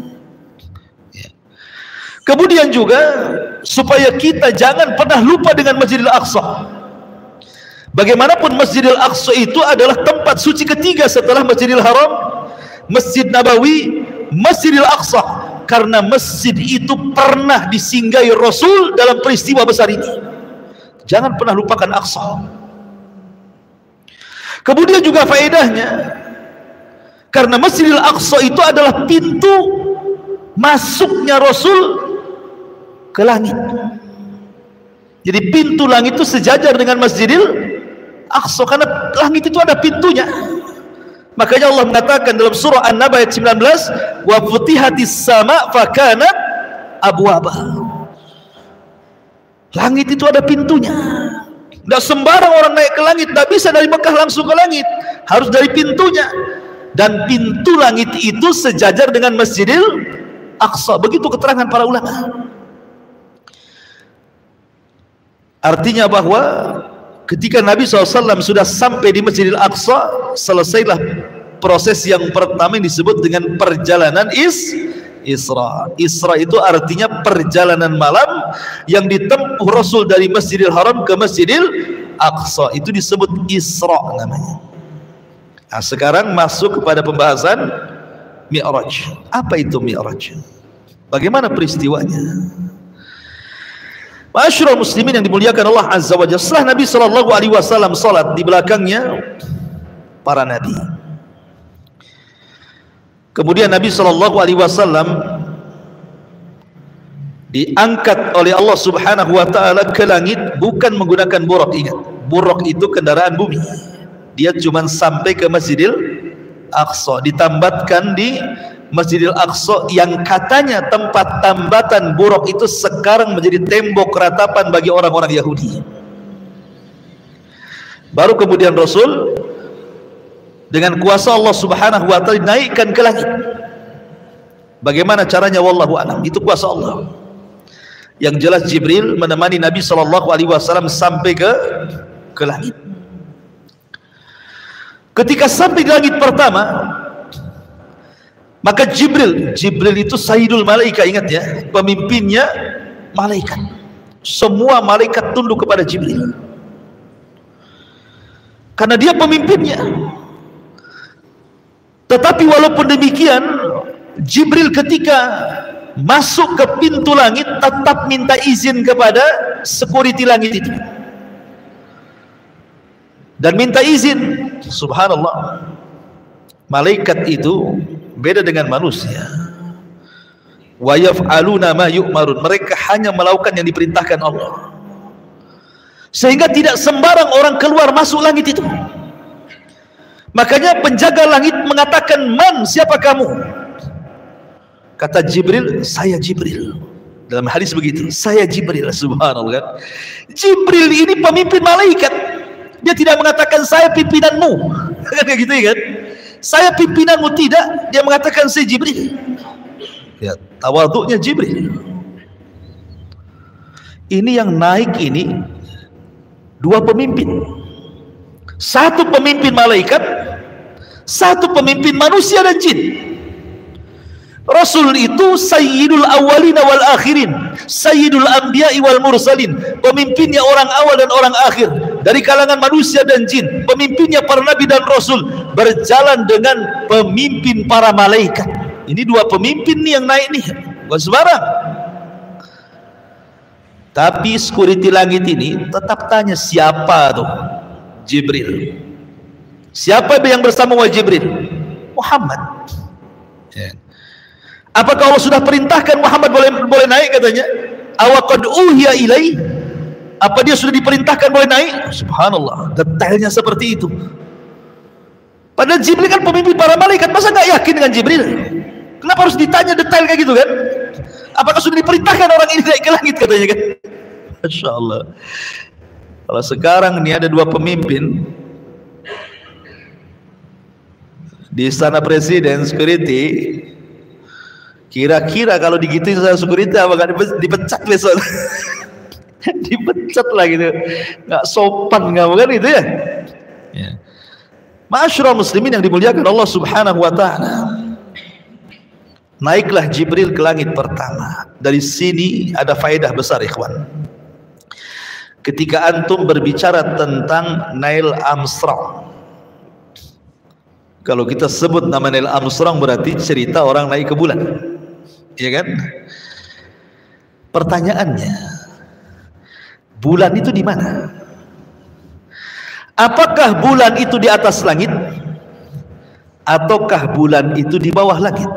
Kemudian juga supaya kita jangan pernah lupa dengan Masjidil Aqsa. Bagaimanapun Masjidil Aqsa itu adalah tempat suci ketiga setelah Masjidil Haram, Masjid Nabawi, Masjidil Aqsa, karena masjid itu pernah disinggahi Rasul dalam peristiwa besar ini. Jangan pernah lupakan Aqsa. Kemudian juga faedahnya, karena Masjidil Aqsa itu adalah pintu masuknya Rasul ke langit. Jadi pintu langit itu sejajar dengan Masjidil Aqsa, karena langit itu ada pintunya. Makanya Allah mengatakan dalam surah An-Naba ayat 19, wa futihatis sama fakanat abwaba. Langit itu ada pintunya. Tidak sembarang orang naik ke langit, tidak bisa dari Mekah langsung ke langit, harus dari pintunya. Dan pintu langit itu sejajar dengan Masjidil Aqsa. Begitu keterangan para ulama. Artinya bahwa ketika Nabi SAW sudah sampai di Masjidil Aqsa, selesailah proses yang pertama yang disebut dengan perjalanan Isra. Isra itu artinya perjalanan malam yang ditempuh Rasul dari Masjidil Haram ke Masjidil Aqsa. Itu disebut Isra namanya. Nah, sekarang masuk kepada pembahasan Mi'raj. Apa itu Mi'raj? Bagaimana peristiwanya? Ma'asyiral muslimin yang dimuliakan Allah Azza wa Jalla, setelah Nabi sallallahu alaihi wasallam salat, di belakangnya para nabi. Kemudian Nabi sallallahu alaihi wasallam diangkat oleh Allah Subhanahu wa taala ke langit bukan menggunakan buraq. Ingat, buraq itu kendaraan bumi. Dia cuma sampai ke Masjidil Aqsa, ditambatkan di Masjidil Aqsa yang katanya tempat tambatan buraq itu sekarang menjadi tembok ratapan bagi orang-orang Yahudi. Baru kemudian Rasul dengan kuasa Allah Subhanahu wa taala naikkan ke langit. Bagaimana caranya wallahu a'lam, itu kuasa Allah. Yang jelas Jibril menemani Nabi sallallahu alaihi wasallam sampai ke langit. Ketika sampai di langit pertama, maka Jibril itu Sayyidul Malaika, ingat ya, pemimpinnya malaikat. Semua malaikat tunduk kepada Jibril karena dia pemimpinnya. Tetapi walaupun demikian, Jibril ketika masuk ke pintu langit tetap minta izin kepada security langit itu, dan minta izin. Subhanallah, malaikat itu beda dengan manusia. Wa yaf'aluna ma yu'marun, mereka hanya melakukan yang diperintahkan Allah, sehingga tidak sembarang orang keluar masuk langit itu. Makanya penjaga langit mengatakan, "Man, siapa kamu?" Kata Jibril, "Saya Jibril." Dalam hadis begitu, "Saya Jibril." Subhanallah. Jibril ini pemimpin malaikat. Dia tidak mengatakan saya pimpinanmu. Kan gitu ya kan? Saya pimpinanmu, tidak. Dia mengatakan saya Jibril. Ya, tawadhu'nya Jibril. Ini yang naik ini dua pemimpin. Satu pemimpin malaikat, satu pemimpin manusia dan jin. Rasul itu Sayyidul Awwalin wal Akhirin, Sayyidul Anbiya'i wal Mursalin, pemimpinnya orang awal dan orang akhir, dari kalangan manusia dan jin. Pemimpinnya para nabi dan rasul, berjalan dengan pemimpin para malaikat. Ini dua pemimpin nih yang naik nih, bukan sembarang. Tapi security langit ini tetap tanya, siapa tuh? Jibril. Siapa yang bersama wahai Jibril? Muhammad. Ya. Apakah Allah sudah perintahkan Muhammad boleh naik, katanya? Awaqad uhiya ilai? Apa dia sudah diperintahkan boleh naik? Subhanallah, detailnya seperti itu. Padahal Jibril kan pemimpin para malaikat, masa nggak yakin dengan Jibril? Kenapa harus ditanya detail kayak gitu kan? Apakah sudah diperintahkan orang ini naik ke langit, katanya kan? Masya Allah. Kalau sekarang ini ada dua pemimpin di istana presiden, security, kira-kira kalau digituin sama security apa gak dipecat besok? Dipecat lah gitu, nggak sopan nggak, kan itu ya. Ma'asyiral muslimin yang dimuliakan Allah Subhanahu wa taala, naiklah Jibril ke langit pertama. Dari sini ada faedah besar, ikhwan. Ketika antum berbicara tentang Neil Armstrong, kalau kita sebut nama Neil Armstrong berarti cerita orang naik ke bulan, ya kan? Pertanyaannya, bulan itu di mana? Apakah bulan itu di atas langit, ataukah bulan itu di bawah langit?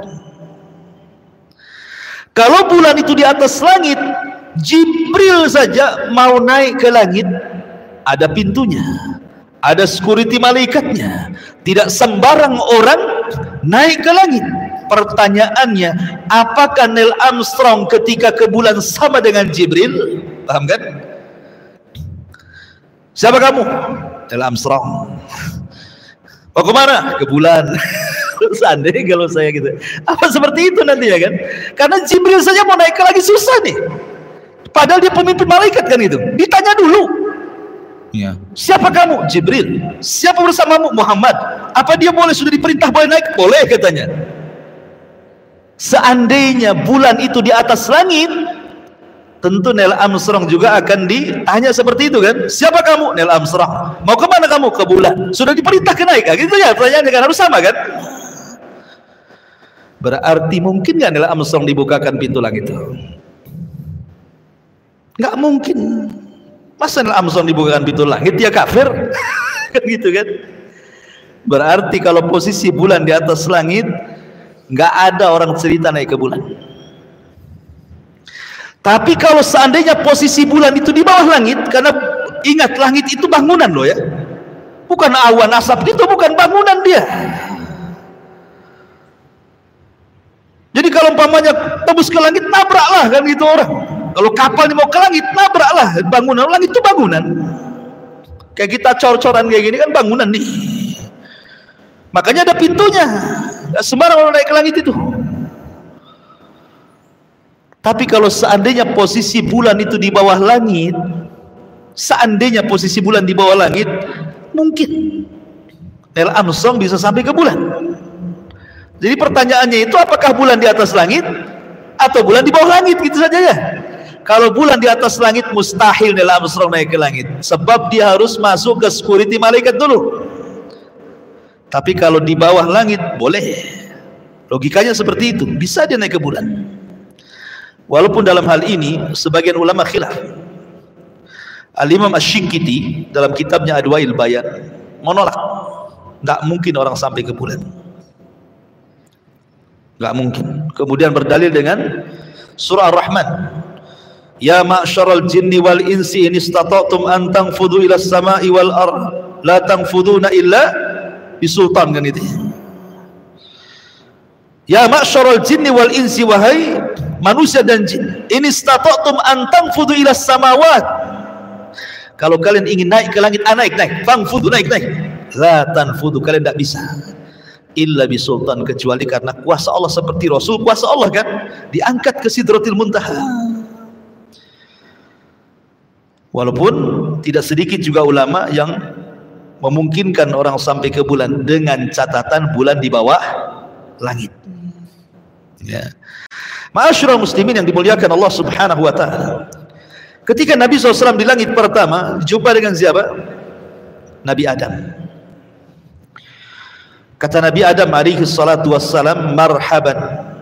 Kalau bulan itu di atas langit, Jibril saja mau naik ke langit, ada pintunya, ada security malaikatnya. Tidak sembarang orang naik ke langit. Pertanyaannya, apakah Neil Armstrong ketika ke bulan sama dengan Jibril? Paham kan? Siapa kamu? Neil Armstrong. Oh, kemana? Ke bulan. Seandainya kalau saya gitu, apa seperti itu nanti ya kan? Karena Jibril saja mau naik ke langit susah nih. Padahal dia pemimpin malaikat kan itu. Ditanya dulu. Ya. Siapa kamu? Jibril. Siapa bersamamu? Muhammad. Apa dia boleh, sudah diperintah boleh naik? Boleh katanya. Seandainya bulan itu di atas langit, tentu Neil Armstrong juga akan ditanya seperti itu kan? Siapa kamu? Neil Armstrong. Mau kemana kamu? Ke bulan. Sudah diperintahkan naik, gitu ya? Pertanyaannya kan harus sama kan? Berarti mungkin nggak Neil Armstrong dibukakan pintu langit itu? Nggak mungkin. Masa Neil Armstrong dibukakan pintu langit, dia kafir? Kan gitu kan? Berarti kalau posisi bulan di atas langit, nggak ada orang cerita naik ke bulan. Tapi kalau seandainya posisi bulan itu di bawah langit, karena ingat langit itu bangunan loh ya, bukan awan asap gitu, bukan bangunan dia. Jadi kalau umpamanya tembus ke langit, nabraklah kan gitu orang. Kalau kapal ini mau ke langit, nabraklah bangunan. Langit itu bangunan. Kayak kita cor-coran kayak gini kan bangunan nih. Makanya ada pintunya. Nggak sembarang orang naik ke langit itu. Tapi kalau seandainya posisi bulan itu di bawah langit, seandainya posisi bulan di bawah langit, mungkin Neil Armstrong bisa sampai ke bulan. Jadi pertanyaannya itu, apakah bulan di atas langit atau bulan di bawah langit, gitu saja ya. Kalau bulan di atas langit, mustahil Neil Armstrong naik ke langit, sebab dia harus masuk ke security malaikat dulu. Tapi kalau di bawah langit, boleh. Logikanya seperti itu, bisa dia naik ke bulan. Walaupun dalam hal ini sebagian ulama khilaf. Al-Imam Asy-Syinkiti dalam kitabnya Adwail Bayan menolak, nggak mungkin orang sampai ke bulan, nggak mungkin. Kemudian berdalil dengan surah Ar-Rahman, ya ma'syaral jinni wal insi in istata'tum an tanfudhu ila samai wal ard la tanfuduna illa bisultan, kan itu. Ya ma'syaral jinni wal insi, wahai manusia dan jin, in istata'tum an tanfudhu ila samawat, kalau kalian ingin naik ke langit, naik, tanfudhu, naik, la tanfudhu, kalian tidak bisa illa bisultan, kecuali karena kuasa Allah. Seperti Rasul, kuasa Allah kan, diangkat ke Sidratil Muntaha. Walaupun tidak sedikit juga ulama yang memungkinkan orang sampai ke bulan dengan catatan bulan di bawah langit. Ya. Ma'asyiral muslimin yang dimuliakan Allah Subhanahu wa taala. Ketika Nabi SAW di langit pertama jumpa dengan siapa? Nabi Adam. Kata Nabi Adam alaihi salatu wassalam, marhaban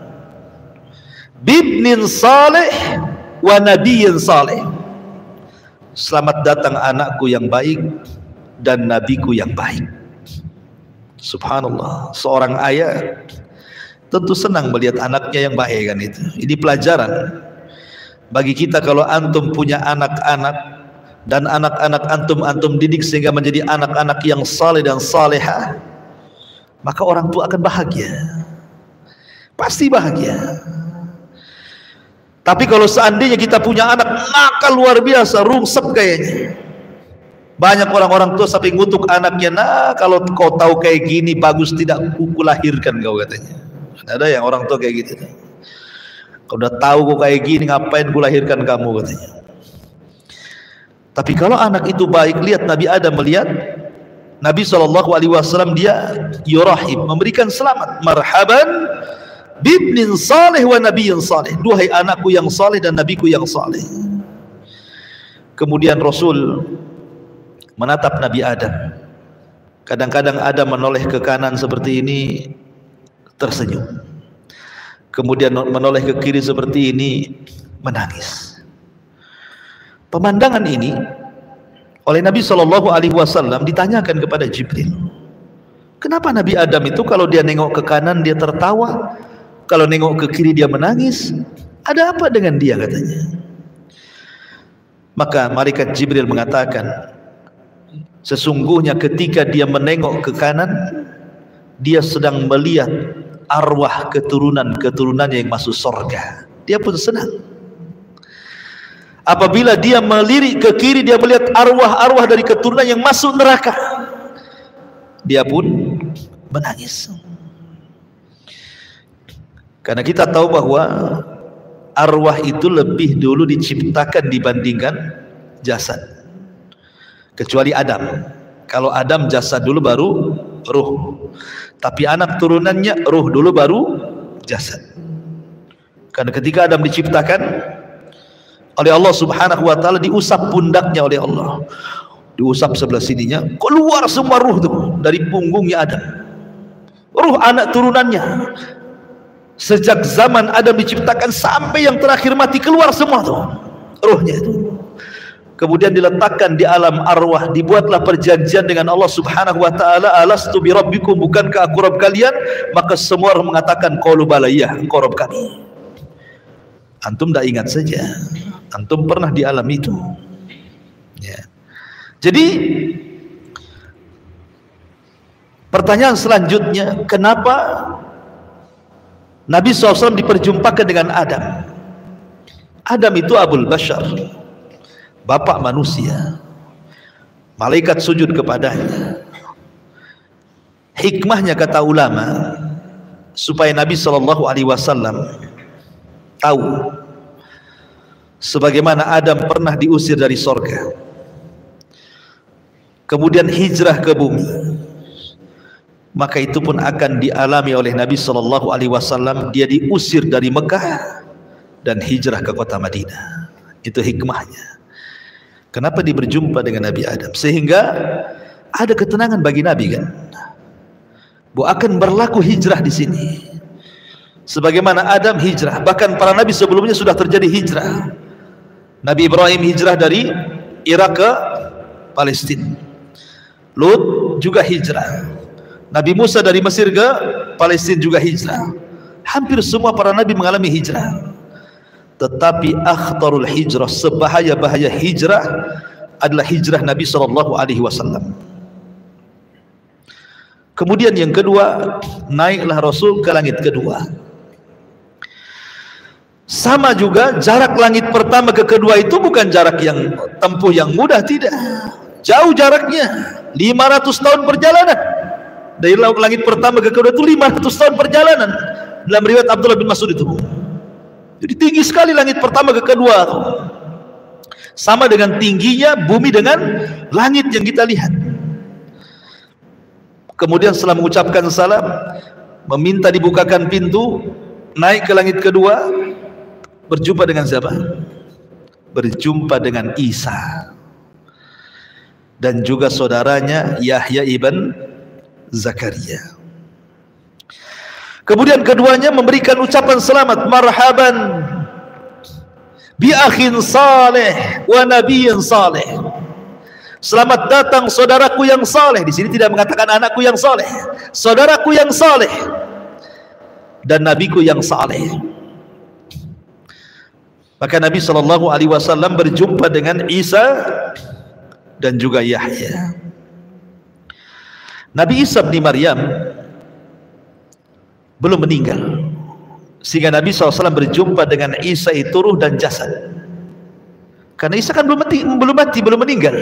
bibnin salih wa nabiyyin salih. Selamat datang anakku yang baik dan nabiku yang baik. Subhanallah, seorang ayah tentu senang melihat anaknya yang baik kan itu. Ini pelajaran bagi kita. Kalau antum punya anak-anak dan anak-anak antum didik sehingga menjadi anak-anak yang saleh dan salehah, maka orang tua akan bahagia, pasti bahagia. Tapi kalau seandainya kita punya anak nakal luar biasa, rungsep kayaknya, banyak orang-orang tua sampai ngutuk anaknya, nah kalau kau tahu kayak gini bagus tidak kuku lahirkan kau, katanya. Ada yang orang tua kayak gitu, kau udah tahu kau kayak gini ngapain ku lahirkan kamu, katanya. Tapi kalau anak itu baik, lihat Nabi Adam melihat Nabi SAW, dia yurahib, memberikan selamat, marhaban bibnin salih wa nabiyyin salih, duhai anakku yang saleh dan nabiku yang saleh. Kemudian Rasul menatap Nabi Adam. Kadang-kadang Adam menoleh ke kanan seperti ini, tersenyum. Kemudian menoleh ke kiri seperti ini, menangis. Pemandangan ini oleh Nabi SAW ditanyakan kepada Jibril. Kenapa Nabi Adam itu kalau dia nengok ke kanan dia tertawa, kalau nengok ke kiri dia menangis? Ada apa dengan dia, katanya. Maka malaikat Jibril mengatakan, sesungguhnya ketika dia menengok ke kanan, dia sedang melihat arwah keturunannya yang masuk surga. Dia pun senang. Apabila dia melirik ke kiri, dia melihat arwah-arwah dari keturunan yang masuk neraka, dia pun menangis. Karena kita tahu bahwa arwah itu lebih dulu diciptakan dibandingkan jasad. kecuali Adam. Kalau Adam jasad dulu baru ruh, tapi anak turunannya ruh dulu baru jasad. Karena ketika Adam diciptakan oleh Allah Subhanahu wa taala, diusap pundaknya oleh Allah, diusap sebelah sininya, keluar semua ruh tuh dari punggungnya Adam, ruh anak turunannya. Sejak zaman Adam diciptakan sampai yang terakhir mati, keluar semua tuh ruhnya itu. Kemudian diletakkan di alam arwah, dibuatlah perjanjian dengan Allah Subhanahu wa taala, alastu bi rabbikum, bukankah aku Rabb kalian? Maka semua orang mengatakan qalu bala, ya engkau Rabb kami. Antum tidak ingat saja, antum pernah di alam itu, ya. Jadi pertanyaan selanjutnya, kenapa Nabi SAW diperjumpakan dengan Adam? Adam itu Abul Bashar, bapak manusia. Malaikat sujud kepadanya. Hikmahnya, kata ulama, supaya Nabi SAW tahu sebagaimana Adam pernah diusir dari sorga, kemudian hijrah ke bumi, maka itu pun akan dialami oleh Nabi SAW. Dia diusir dari Mekah dan hijrah ke kota Madinah. Itu hikmahnya. Kenapa dia berjumpa dengan Nabi Adam? Sehingga ada ketenangan bagi Nabi, kan? Bu, akan berlaku hijrah di sini. Sebagaimana Adam hijrah, bahkan para nabi sebelumnya sudah terjadi hijrah. Nabi Ibrahim hijrah dari Irak ke Palestina. Lut juga hijrah. Nabi Musa dari Mesir ke Palestina juga hijrah. Hampir semua para nabi mengalami hijrah. Tetapi akhtarul hijrah, sebahaya-bahaya hijrah adalah hijrah Nabi SAW. Kemudian yang kedua, naiklah Rasul ke langit kedua. Sama juga, jarak langit pertama ke kedua itu bukan jarak yang tempuh yang mudah, tidak. Jauh jaraknya, 500 tahun perjalanan. Dari langit pertama ke kedua itu 500 tahun perjalanan. Dalam riwayat Abdullah bin Mas'ud itu. Jadi tinggi sekali langit pertama ke kedua. Sama dengan tingginya bumi dengan langit yang kita lihat. Kemudian setelah mengucapkan salam, meminta dibukakan pintu, naik ke langit kedua, berjumpa dengan siapa? Berjumpa dengan Isa dan juga saudaranya Yahya ibn Zakaria. Kemudian keduanya memberikan ucapan selamat, marhaban bi akhin saleh wa nabiyyin saleh. Selamat datang saudaraku yang saleh. Di sini tidak mengatakan anakku yang saleh, saudaraku yang saleh dan nabiku yang saleh. Maka Nabi SAW berjumpa dengan Isa dan juga Yahya. Nabi Isa bin Maryam belum meninggal, sehingga Nabi SAW berjumpa dengan Isa itu ruh dan jasad. Karena Isa kan belum mati, belum meninggal.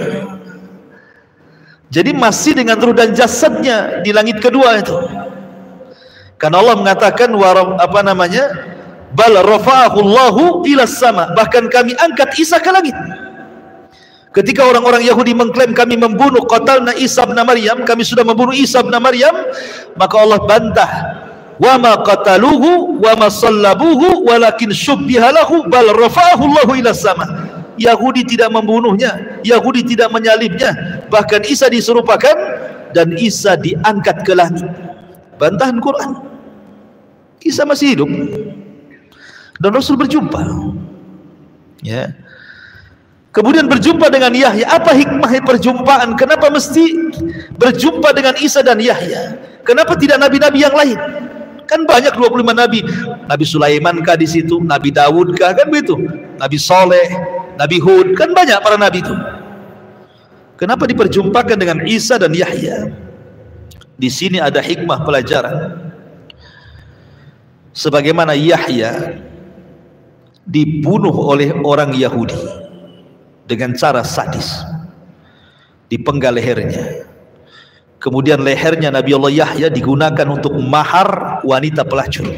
Jadi masih dengan ruh dan jasadnya di langit kedua itu. Karena Allah mengatakan bal rafa'ahu Allahu ila sama, bahkan kami angkat Isa ke langit. Ketika orang-orang Yahudi mengklaim kami membunuh, qatalna Isa bin Maryam, kami sudah membunuh Isa bin Maryam, maka Allah bantah, wa ma qataluhu wa ma sallabuhu walakin syubbiha lahu bal rafa'ahu Allahu ila sama. Yahudi tidak membunuhnya, Yahudi tidak menyalibnya, bahkan Isa diserupakan dan Isa diangkat ke langit. Bantahan Quran. Isa masih hidup dan Rasul berjumpa, ya. Kemudian berjumpa dengan Yahya. Apa hikmah perjumpaan? Kenapa mesti berjumpa dengan Isa dan Yahya? Kenapa tidak nabi-nabi yang lain? Kan banyak 25 nabi. Nabi Sulaiman kah di situ? Nabi Daud kah? Kan begitu. Nabi Soleh, Nabi Hud, kan banyak para nabi itu. Kenapa diperjumpakan dengan Isa dan Yahya? Di sini ada hikmah pelajaran. Sebagaimana Yahya dibunuh oleh orang Yahudi dengan cara sadis, dipenggal lehernya. Kemudian lehernya Nabi Allah Yahya digunakan untuk mahar wanita pelacur.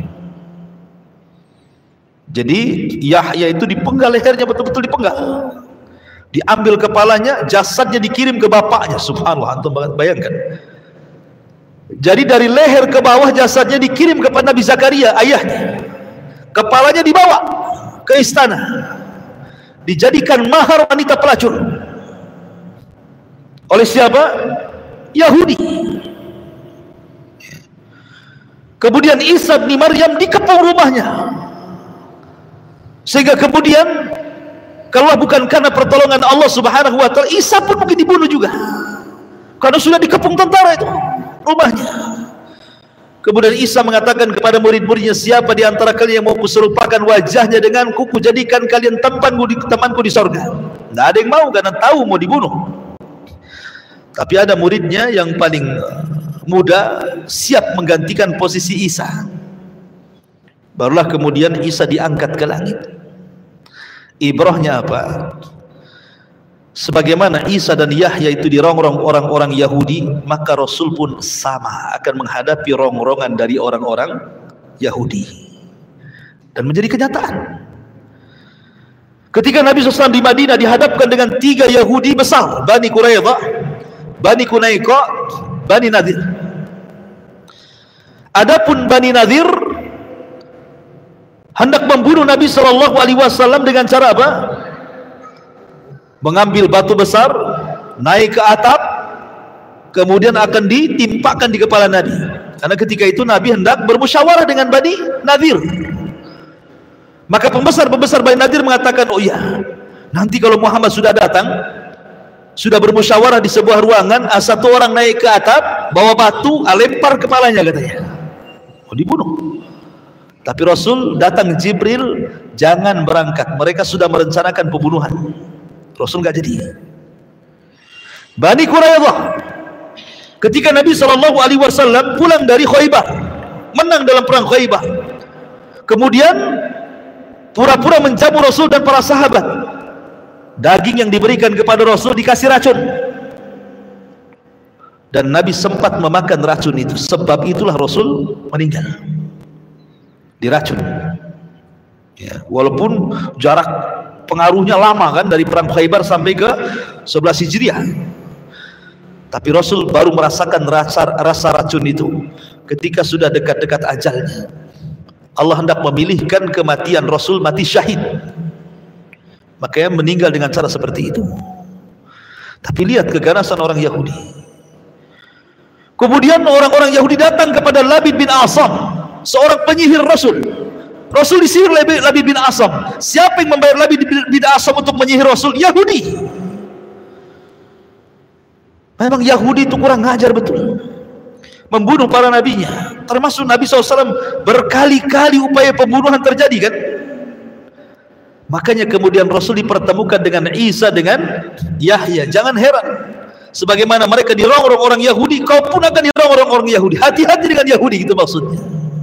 Jadi Yahya itu dipenggal lehernya, betul-betul dipenggal. Diambil kepalanya, jasadnya dikirim ke bapaknya. Subhanallah, antum bayangkan. Jadi dari leher ke bawah jasadnya dikirim kepada Nabi Zakaria, ayahnya. Kepalanya dibawa ke istana, dijadikan mahar wanita pelacur. Oleh siapa? Yahudi. Kemudian Isa bin Maryam dikepung rumahnya, sehingga kemudian kalau bukan karena pertolongan Allah Subhanahu wa taala, Isa pun mungkin dibunuh juga, karena sudah dikepung tentara itu rumahnya. Kemudian Isa mengatakan kepada murid-muridnya, siapa di antara kalian yang mau kuserupakan wajahnya denganku, kujadikan kalian temanku di sorga. Tidak ada yang mau, karena tahu mau dibunuh. Tapi ada muridnya yang paling muda siap menggantikan posisi Isa. Barulah kemudian Isa diangkat ke langit. Ibrahnya apa? Sebagaimana Isa dan Yahya itu dirongrong orang-orang Yahudi, maka Rasul pun sama akan menghadapi rongrongan dari orang-orang Yahudi. Dan menjadi kenyataan. Ketika Nabi SAW di Madinah dihadapkan dengan 3 Yahudi besar, Bani Quraidah, Bani Qunaiqa, Bani Nadir. Adapun Bani Nadir hendak membunuh Nabi SAW dengan cara apa? Mengambil batu besar, naik ke atap, kemudian akan ditimpakan di kepala Nabi. Karena ketika itu Nabi hendak bermusyawarah dengan Bani Nadir. Maka pembesar Bani Nadir mengatakan, oh iya, nanti kalau Muhammad sudah datang, sudah bermusyawarah di sebuah ruangan, satu orang naik ke atap, bawa batu, lempar kepalanya katanya. Oh, dibunuh. Tapi Rasul datang Jibril, jangan berangkat, mereka sudah merencanakan pembunuhan. Rasul nggak jadi. Bani Quraidah, ketika Nabi SAW pulang dari Khaybar, menang dalam perang Khaybar, kemudian pura-pura menjamu Rasul dan para sahabat. Daging yang diberikan kepada Rasul dikasih racun, dan Nabi sempat memakan racun itu. Sebab itulah Rasul meninggal, diracun. Ya, walaupun jarak pengaruhnya lama kan, dari perang Khaybar sampai ke 11 Hijriah, tapi Rasul baru merasakan rasa racun itu ketika sudah dekat-dekat ajalnya. Allah hendak memilihkan kematian Rasul mati syahid, makanya meninggal dengan cara seperti itu. Tapi lihat keganasan orang Yahudi. Kemudian orang-orang Yahudi datang kepada Labid bin Asam, seorang penyihir Rasul. Rasul disihir Labid bin Asam. Siapa yang membayar Labid bin Asam untuk menyihir Rasul? Yahudi. Memang Yahudi itu kurang ngajar betul, membunuh para nabinya. Termasuk Nabi SAW berkali-kali upaya pembunuhan terjadi kan. Makanya kemudian Rasul dipertemukan dengan Isa dengan Yahya. Jangan heran, sebagaimana mereka dirongrong orang Yahudi, kau pun akan dirongrong orang Yahudi. Hati-hati dengan Yahudi, itu maksudnya.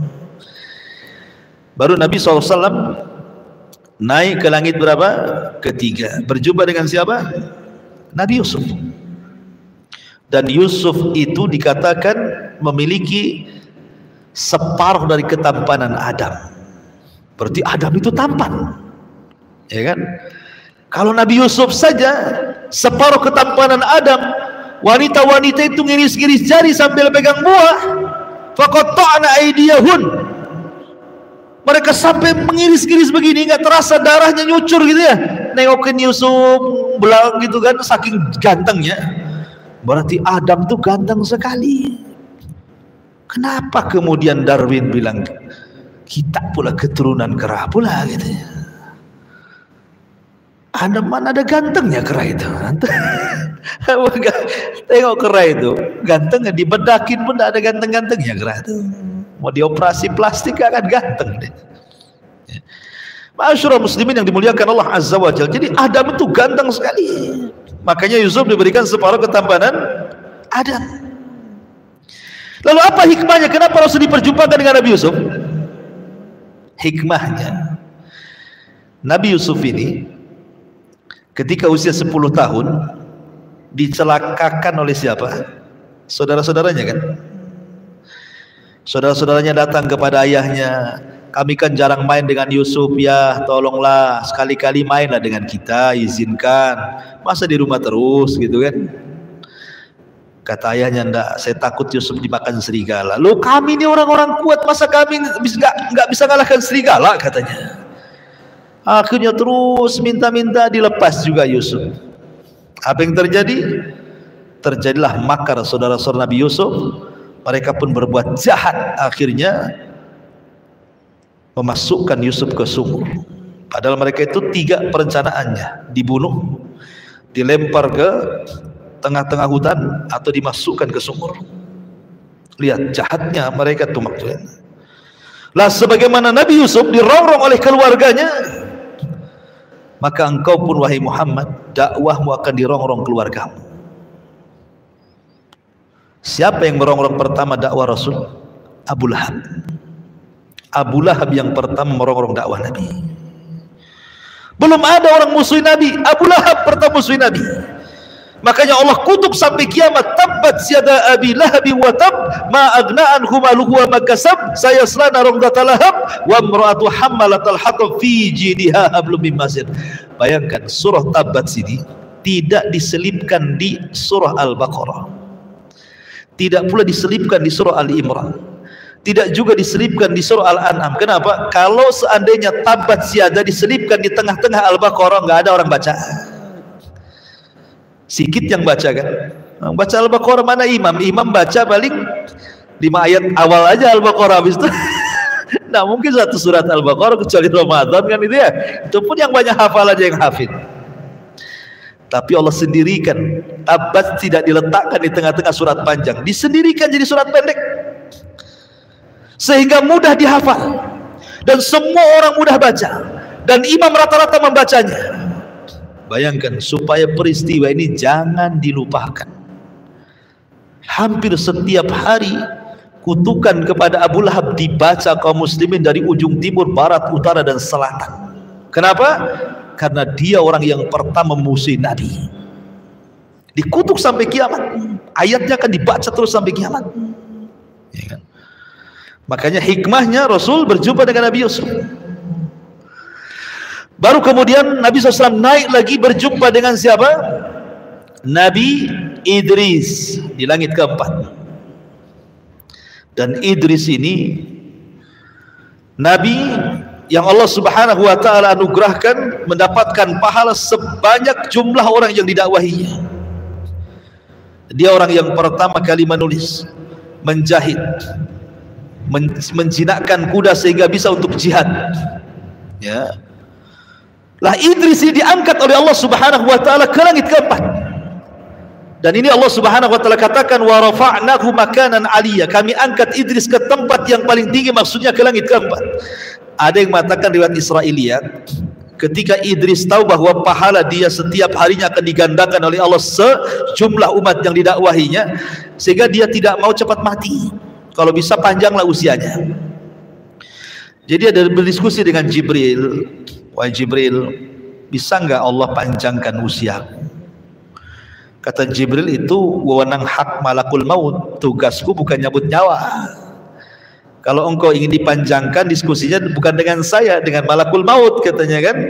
Baru Nabi SAW naik ke langit berapa? Ketiga, berjumpa dengan siapa? Nabi Yusuf. Dan Yusuf itu dikatakan memiliki separuh dari ketampanan Adam. Berarti Adam itu tampan, ya kan? Kalau Nabi Yusuf saja separuh ketampanan Adam, wanita-wanita itu ngiris-ngiris jari sambil pegang buah. Faqatta'na aydiyahun, mereka sampai mengiris-ngiris begini, nggak terasa darahnya nyucur gitu ya. Nengokin Yusuf belang gitu kan, saking gantengnya. Berarti Adam tuh ganteng sekali. Kenapa kemudian Darwin bilang kita pula keturunan kera pula gitu ya? Adam mana ada gantengnya kera itu? Tengok kera itu gantengnya, dibedakin pun tidak ada ganteng-gantengnya kera itu. Mau dioperasi plastik akan ganteng deh. Ma'asyiral muslimin yang dimuliakan Allah Azza wa Jalla. Jadi Adam itu ganteng sekali. Makanya Yusuf diberikan separuh ketampanan Adam. Lalu apa hikmahnya? Kenapa Rasul diperjumpakan dengan Nabi Yusuf? Hikmahnya, Nabi Yusuf ini ketika usia 10 tahun dicelakakan oleh siapa? Saudara-saudaranya kan? Saudara-saudaranya datang kepada ayahnya, kami kan jarang main dengan Yusuf ya, tolonglah sekali-kali mainlah dengan kita, izinkan. Masa di rumah terus gitu kan? Kata ayahnya, enggak, saya takut Yusuf dimakan serigala. Loh, kami ini orang-orang kuat, masa kami nggak bisa ngalahkan serigala, katanya. Akhirnya terus minta-minta, dilepas juga Yusuf. Apa yang terjadi? Terjadilah makar saudara-saudara Nabi Yusuf. Mereka pun berbuat jahat, akhirnya memasukkan Yusuf ke sumur. Padahal mereka itu 3 perencanaannya: dibunuh, dilempar ke tengah-tengah hutan, atau dimasukkan ke sumur. Lihat jahatnya mereka tuh maksudnya. Lah sebagaimana Nabi Yusuf dirongrong oleh keluarganya, maka engkau pun wahai Muhammad, dakwahmu akan dirongrong keluargamu. Siapa yang merongrong pertama dakwah Rasul? Abu Lahab. Abu Lahab yang pertama merongrong dakwah Nabi. Belum ada orang musuhi Nabi, Abu Lahab pertama musuhi Nabi. Makanya Allah kutuk sampai kiamat, tabbat yada abi lahabi wa tab ma agna anhu maluhu wa ma kasab sayasla naran dzata lahab wa imra'atu hammalatal hatab fi jidha hablum min masad. Bayangkan surah Tabbat sini tidak diselipkan di surah Al-Baqarah, tidak pula diselipkan di surah Ali Imran, tidak juga diselipkan di surah Al-An'am. Kenapa? Kalau seandainya Tabbat yada diselipkan di tengah-tengah Al-Baqarah, nggak ada orang baca. Sikit yang baca kan, baca Al-Baqarah mana imam baca paling 5 ayat awal aja Al-Baqarah, habis itu nah mungkin satu surat Al-Baqarah kecuali Ramadan kan itu ya, itu pun yang banyak hafal aja yang hafid. Tapi Allah sendirikan Tabbat tidak diletakkan di tengah-tengah surat panjang, disendirikan jadi surat pendek sehingga mudah dihafal dan semua orang mudah baca dan imam rata-rata membacanya. Bayangkan, supaya peristiwa ini jangan dilupakan. Hampir setiap hari kutukan kepada Abu Lahab dibaca kaum muslimin dari ujung timur, barat, utara, dan selatan. Kenapa? Karena dia orang yang pertama memusuhi Nabi. Dikutuk sampai kiamat. Ayatnya akan dibaca terus sampai kiamat. Ya kan? Makanya hikmahnya Rasul berjumpa dengan Nabi Yusuf. Baru kemudian Nabi SAW naik lagi berjumpa dengan siapa? Nabi Idris di langit keempat. Dan Idris ini Nabi yang Allah Subhanahu wa ta'ala anugerahkan mendapatkan pahala sebanyak jumlah orang yang didakwahinya. Dia orang yang pertama kali menulis, menjahit, menjinakkan kuda sehingga bisa untuk jihad. Ya. Lah Idris ini diangkat oleh Allah Subhanahu wa taala ke langit keempat. Dan ini Allah Subhanahu wa taala katakan wa rafa'nahu makanan 'aliyya. Kami angkat Idris ke tempat yang paling tinggi, maksudnya ke langit keempat. Ada yang mengatakan riwayat Israiliyat, ketika Idris tahu bahwa pahala dia setiap harinya akan digandakan oleh Allah sejumlah umat yang didakwahinya, sehingga dia tidak mau cepat mati. Kalau bisa panjanglah usianya. Jadi ada berdiskusi dengan Jibril. Wahai Jibril, bisa nggak Allah panjangkan usiaku? Kata Jibril, itu wewenang hak malakul maut, tugasku bukan nyabut nyawa. Kalau engkau ingin dipanjangkan, diskusinya bukan dengan saya, dengan malakul maut, katanya kan.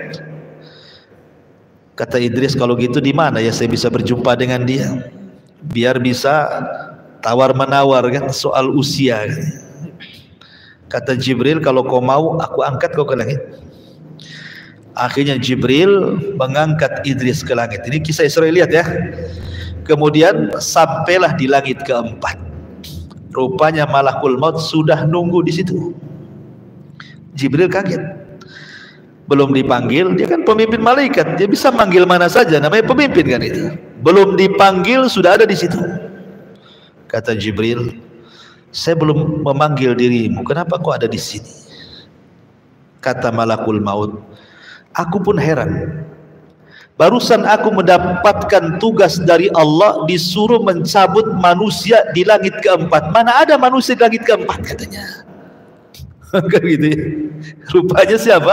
Kata Idris, kalau gitu di mana ya saya bisa berjumpa dengan dia, biar bisa tawar menawar kan soal usia. Kata Jibril, kalau kau mau aku angkat kau ke langit. Akhirnya Jibril mengangkat Idris ke langit. Ini kisah Israiliyat ya. Kemudian sampailah di langit keempat. Rupanya malakul maut sudah nunggu di situ. Jibril kaget. Belum dipanggil, dia kan pemimpin malaikat, dia bisa manggil mana saja, namanya pemimpin kan itu. Belum dipanggil sudah ada di situ. Kata Jibril, saya belum memanggil dirimu, kenapa kau ada di sini? Kata malakul maut, aku pun heran. Barusan aku mendapatkan tugas dari Allah, disuruh mencabut manusia di langit keempat. Mana ada manusia di langit keempat, katanya. Kan gitu ya. Rupanya siapa?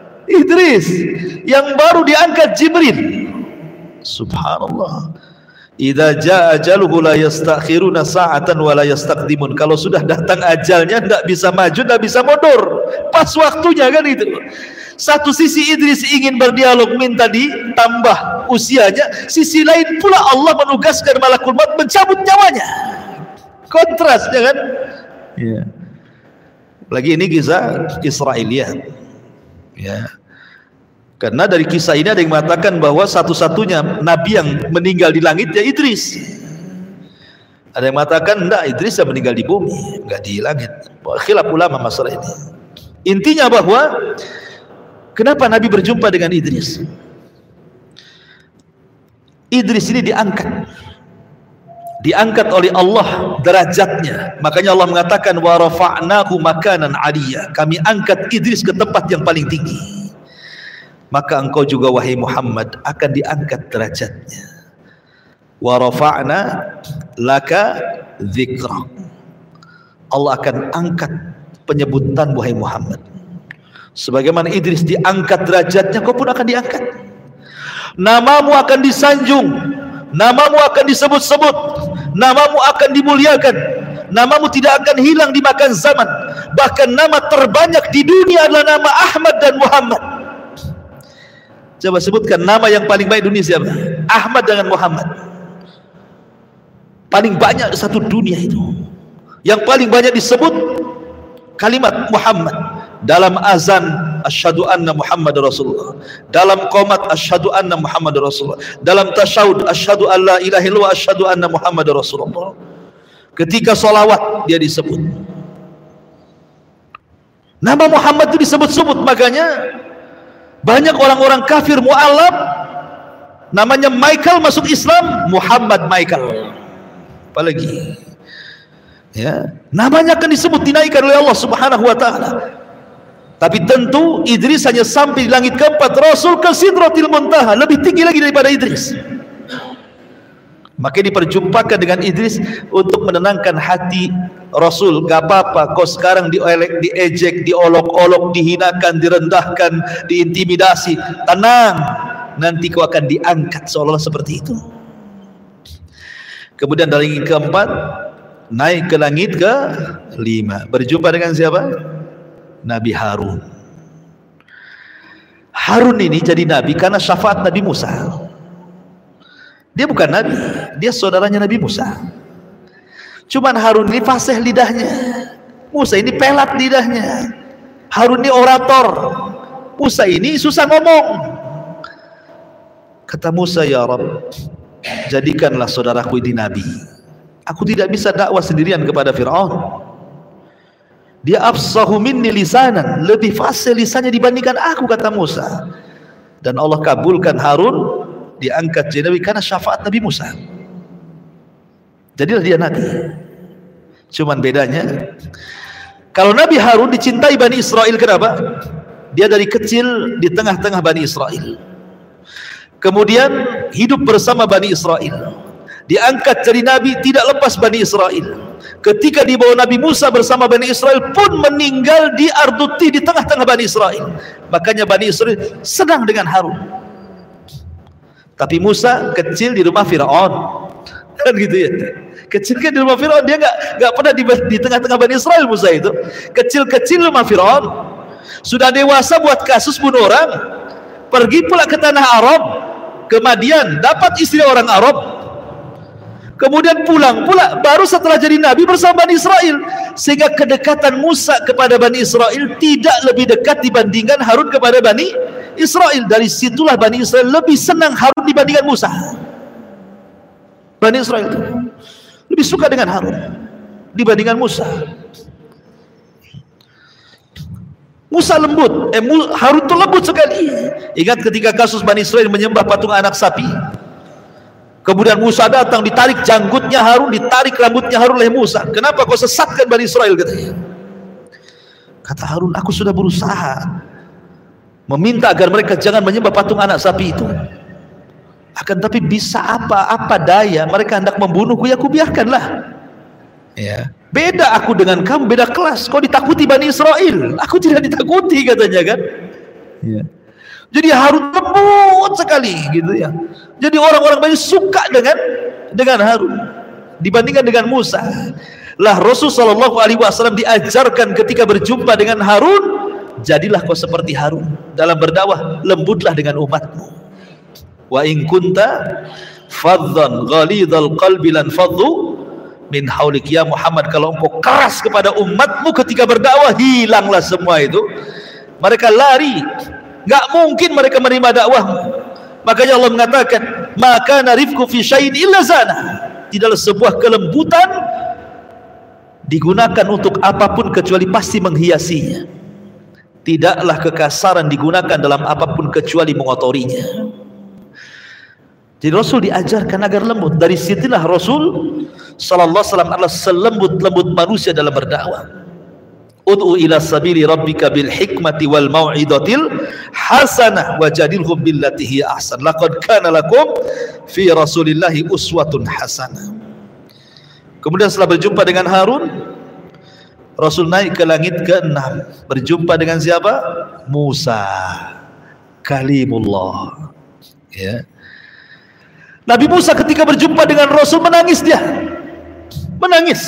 Idris yang baru diangkat Jibril. Subhanallah. Idza jaa ajaluhu la yastakhiruna sa'atan wa la yastaqdimun. Kalau sudah datang ajalnya enggak bisa maju, enggak bisa mundur. Pas waktunya kan itu. Satu sisi Idris ingin berdialog minta ditambah usianya, sisi lain pula Allah menugaskan malakul maut mencabut nyawanya. Kontrasnya kan? Ya. Lagi ini kisah Israiliyat. Ya. Karena dari kisah ini ada yang mengatakan bahwa satu-satunya nabi yang meninggal di langit ya Idris. Ada yang mengatakan enggak, Idris yang meninggal di bumi, enggak di langit. Khilaf ulama masalah ini. Intinya bahwa kenapa Nabi berjumpa dengan Idris? Idris ini diangkat oleh Allah derajatnya. Makanya Allah mengatakan wa rafa'nahu makanan 'aliyya. Kami angkat Idris ke tempat yang paling tinggi. Maka engkau juga wahai Muhammad akan diangkat derajatnya. Wa rafa'na laka dzikrak. Allah akan angkat penyebutan wahai Muhammad. Sebagaimana Idris diangkat derajatnya, kau pun akan diangkat. Namamu akan disanjung, namamu akan disebut-sebut, namamu akan dimuliakan, namamu tidak akan hilang dimakan zaman. Bahkan nama terbanyak di dunia adalah nama Ahmad dan Muhammad. Coba sebutkan nama yang paling baik dunia siapa? Ahmad dengan Muhammad. Paling banyak satu dunia itu. Yang paling banyak disebut kalimat Muhammad. Dalam azan asyhadu anna Muhammad Rasulullah, dalam qomat asyhadu anna Muhammad Rasulullah, dalam tasyahud asyhadu an la ilaha illallah asyhadu anna Muhammad Rasulullah. Ketika sholawat dia disebut nama Muhammad itu disebut-sebut. Makanya banyak orang-orang kafir mu'allab namanya Michael masuk Islam, Muhammad Michael. Apalagi ya, namanya akan disebut, dinaikkan oleh Allah Subhanahu wa taala. Tapi tentu Idris hanya sampai di langit keempat, Rasul ke Sidratil Muntaha, lebih tinggi lagi daripada Idris. Maka diperjumpakan dengan Idris untuk menenangkan hati Rasul. Gak apa-apa kau sekarang diejek, diolok-olok, dihinakan, direndahkan, diintimidasi. Tenang, nanti kau akan diangkat seolah-olah seperti itu. Kemudian dari langit keempat naik ke langit ke-5, berjumpa dengan siapa? Nabi Harun. Harun ini jadi nabi karena syafaat Nabi Musa. Dia bukan nabi, dia saudaranya Nabi Musa. Cuman Harun ini fasih lidahnya, Musa ini pelat lidahnya. Harun ini orator, Musa ini susah ngomong. Kata Musa, ya Rabb, jadikanlah saudaraku ini nabi. Aku tidak bisa dakwah sendirian kepada Fir'aun. Dia afsahu minni lisanan, lebih fasih lisannya dibandingkan aku, kata Musa. Dan Allah kabulkan Harun, diangkat jadi nabi karena syafaat Nabi Musa. Jadilah dia nabi. Cuman bedanya, kalau Nabi Harun dicintai Bani Israel, kenapa? Dia dari kecil di tengah-tengah Bani Israel, kemudian hidup bersama Bani Israel, diangkat jadi nabi, tidak lepas Bani Israel. Ketika dibawa Nabi Musa bersama Bani Israel pun meninggal di Arduti, di tengah-tengah Bani Israel. Makanya Bani Israel senang dengan Harun. Tapi Musa kecil di rumah Fir'aun, kan gitu ya. Kecil kan di rumah Fir'aun, dia nggak pernah di tengah-tengah Bani Israel. Musa itu kecil-kecil rumah Fir'aun, sudah dewasa buat kasus bunuh orang, pergi pula ke tanah Arab, ke Madian, dapat istri orang Arab. Kemudian pulang pula baru setelah jadi nabi bersama Bani Israel. Sehingga kedekatan Musa kepada Bani Israel tidak lebih dekat dibandingkan Harun kepada Bani Israel. Dari situlah Bani Israel lebih senang Harun dibandingkan Musa. Bani Israel itu lebih suka dengan Harun dibandingkan Musa. Musa lembut, Harun itu lembut sekali. Ingat ketika kasus Bani Israel menyembah patung anak sapi, kemudian Musa datang, ditarik janggutnya Harun, ditarik rambutnya Harun oleh Musa. Kenapa kau sesatkan Bani Israel, katanya. Kata Harun, aku sudah berusaha meminta agar mereka jangan menyembah patung anak sapi itu. Akan tapi bisa apa daya, mereka hendak membunuhku, ya aku biarkanlah. Ya. Beda aku dengan kamu, beda kelas. Kau ditakuti Bani Israel, aku tidak ditakuti, katanya kan. Ya. Jadi Harun lembut sekali gitu ya. Jadi orang-orang banyak suka dengan dengan Harun dibandingkan dengan Musa. Lah Rasul sallallahu alaihi wasallam diajarkan ketika berjumpa dengan Harun, jadilah kau seperti Harun dalam berdakwah, lembutlah dengan umatmu. Wa in kunta faddan ghalidhal qalbi lan faddu min haulik. Ya Muhammad, kalau engkau keras kepada umatmu ketika berdakwah, hilanglah semua itu. Mereka lari, enggak mungkin mereka menerima dakwahmu. Makanya Allah mengatakan, maka narifku fi syai'in illa zana. Tidaklah sebuah kelembutan digunakan untuk apapun kecuali pasti menghiasinya. Tidaklah kekasaran digunakan dalam apapun kecuali mengotorinya. Jadi Rasul diajarkan agar lembut. Dari situlah Rasul sallallahu alaihi wasallam adalah selembut-lembut manusia dalam berdakwah. Ud'u ila sabili rabbika bil hikmati wal mau'izatil hasanah wajadilhum billati hiya ahsan. Laqad kana lakum fi rasulillahi uswatun hasanah. Kemudian setelah berjumpa dengan Harun, Rasul naik ke langit ke-6, berjumpa dengan siapa? Musa, kalimullah. Ya. Nabi Musa ketika berjumpa dengan Rasul menangis dia. Menangis.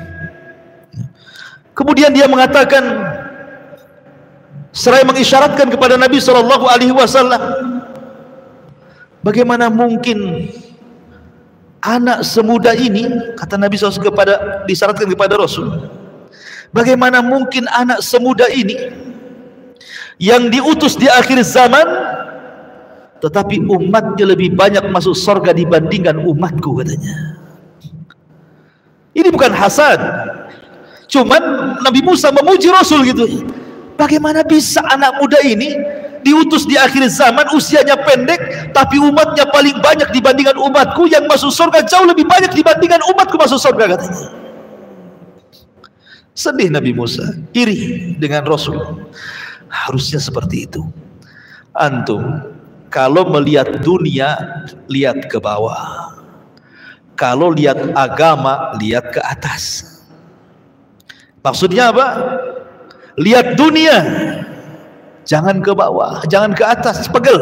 Kemudian dia mengatakan, seraya mengisyaratkan kepada Nabi sallallahu alaihi wasallam, bagaimana mungkin anak semuda ini, kata Nabi SAW disyaratkan kepada Rasul, bagaimana mungkin anak semuda ini yang diutus di akhir zaman, tetapi umatnya lebih banyak masuk surga dibandingkan umatku, katanya. Ini bukan hasad, cuman Nabi Musa memuji Rasul gitu. Bagaimana bisa anak muda ini diutus di akhir zaman, usianya pendek, tapi umatnya paling banyak dibandingkan umatku, yang masuk surga jauh lebih banyak dibandingkan umatku masuk surga, katanya. Sedih Nabi Musa, iri dengan Rasul. Harusnya seperti itu. Antum kalau melihat dunia, lihat ke bawah. Kalau lihat agama, lihat ke atas. Maksudnya apa? Lihat dunia, jangan ke bawah, jangan ke atas, pegel.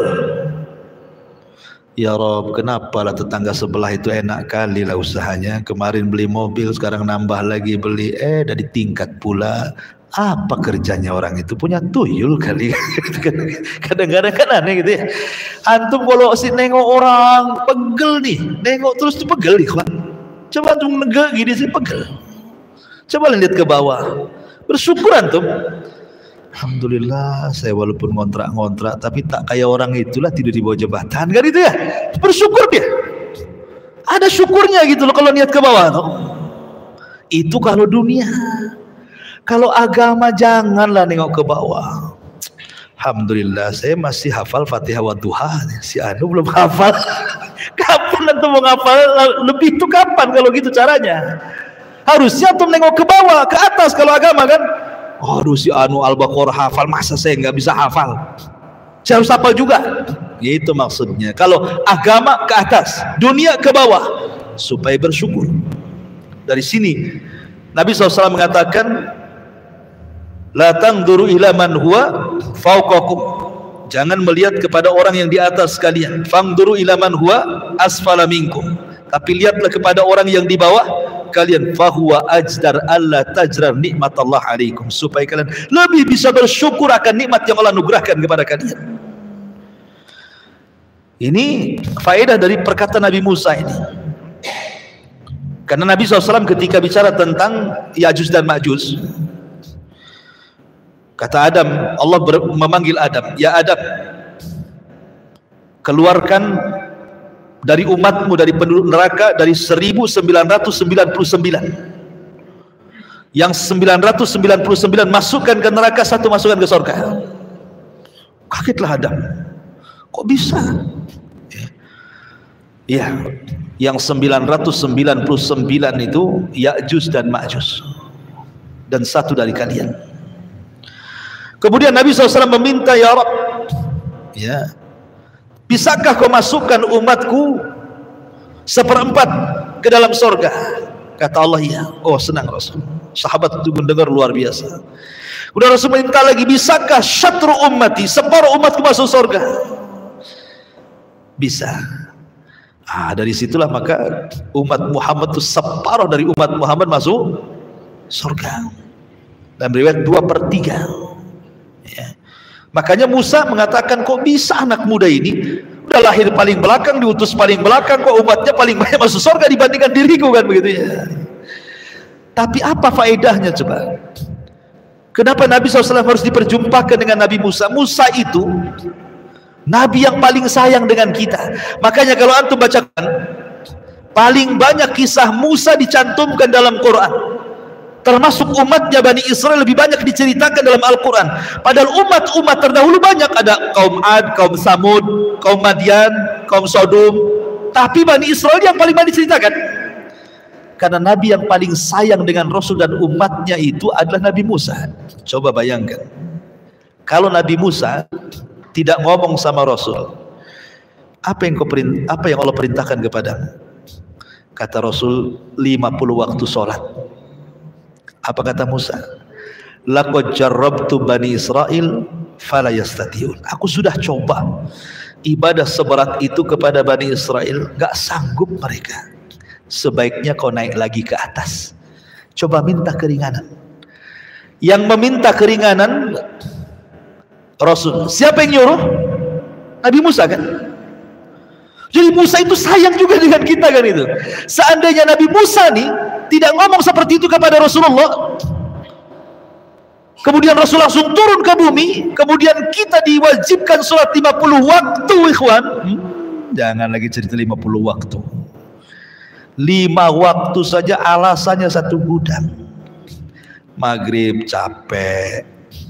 Ya Rob, kenapa lah tetangga sebelah itu enak kali lah usahanya. Kemarin beli mobil, sekarang nambah lagi beli, dari tingkat pula. Apa kerjanya orang itu? Punya tuyul kali. Kadang-kadang kan aneh gitu ya. Antum kalau si nengok orang pegel nih, nengok terus tuh pegel nih, kawan. Coba antum negak gini sih pegel. Coba lihat ke bawah. Bersyukur antum. Alhamdulillah, saya walaupun ngontrak-ngontrak, tapi tak kayak orang itulah tidur di bawah jembatan, kan itu ya. Bersyukur dia. Ada syukurnya gitu loh kalau niat ke bawah tuh. Itu kalau dunia. Kalau agama janganlah nengok ke bawah. Alhamdulillah, saya masih hafal Fatihah wa Duha. Si Anu belum hafal. Kapan antum mau hafal lebih itu kapan kalau gitu caranya? Harusnya antum nengok ke bawah, ke atas kalau agama kan. Aduh, si Anu Al-Baqarah hafal, masa saya nggak bisa hafal? Saya harus hafal juga. Itu maksudnya. Kalau agama ke atas, dunia ke bawah, supaya bersyukur. Dari sini Nabi SAW mengatakan, la tangduru ila man huwa fauqakum. Jangan melihat kepada orang yang di atas kalian. Fangduru ila man huwa asfala minkum. Tapi lihatlah kepada orang yang di bawah kalian. Fahuwa ajdar alla tajrar nikmatallah alaikum. Supaya kalian lebih bisa bersyukur akan nikmat yang Allah anugerahkan kepada kalian. Ini faedah dari perkataan Nabi Musa ini. Karena Nabi SAW ketika bicara tentang Ya'juj dan Ma'juj, kata Adam, Allah memanggil Adam, ya Adam, keluarkan dari umatmu, dari penduduk neraka, dari 1999. Yang 999 masukkan ke neraka, satu masukkan ke surga. Kagetlah Adam. Kok bisa? Ya, yang 999 itu Ya'juj dan Ma'juj. Dan satu dari kalian. Kemudian Nabi SAW meminta, ya Rabb, ya, bisakah kau masukkan umatku 1/4 ke dalam surga? Kata Allah, ya. Oh, senang Rasul. Sahabat itu mendengar luar biasa. Kemudian Rasul minta lagi, bisakah syatru ummati, separuh umatku masuk surga? Bisa. Dari situlah maka umat Muhammad itu separuh dari umat Muhammad masuk surga. Dan riwayat 2/3. Ya. Makanya Musa mengatakan, kok bisa anak muda ini udah lahir paling belakang, diutus paling belakang, kok umatnya paling banyak masuk surga dibandingkan diriku, kan begitu ya. Tapi apa faedahnya coba? Kenapa Nabi SAW harus diperjumpakan dengan Nabi Musa? Musa itu Nabi yang paling sayang dengan kita. Makanya kalau antum bacakan, paling banyak kisah Musa dicantumkan dalam Quran. Termasuk umatnya Bani Israel lebih banyak diceritakan dalam Al-Quran. Padahal umat-umat terdahulu banyak. Ada kaum Ad, kaum Samud, kaum Madian, kaum Sodom. Tapi Bani Israel yang paling banyak diceritakan. Karena Nabi yang paling sayang dengan Rasul dan umatnya itu adalah Nabi Musa. Coba bayangkan, kalau Nabi Musa tidak ngomong sama Rasul, apa yang Allah perintahkan kepadamu? Kata Rasul, 50 waktu sholat. Apa kata Musa? Laqad jarrabtu Bani Israel fala yastati'un. Aku sudah coba ibadah seberat itu kepada Bani Israel, gak sanggup mereka. Sebaiknya kau naik lagi ke atas, coba minta keringanan. Yang meminta keringanan Rasul. Siapa yang nyuruh? Nabi Musa, kan? Jadi Musa itu sayang juga dengan kita, kan itu. Seandainya Nabi Musa nih tidak ngomong seperti itu kepada Rasulullah, kemudian Rasul langsung turun ke bumi, kemudian kita diwajibkan sholat 50 waktu, ikhwan. Jangan lagi cerita 50 waktu. 5 waktu saja alasannya 1 gudang. Maghrib capek,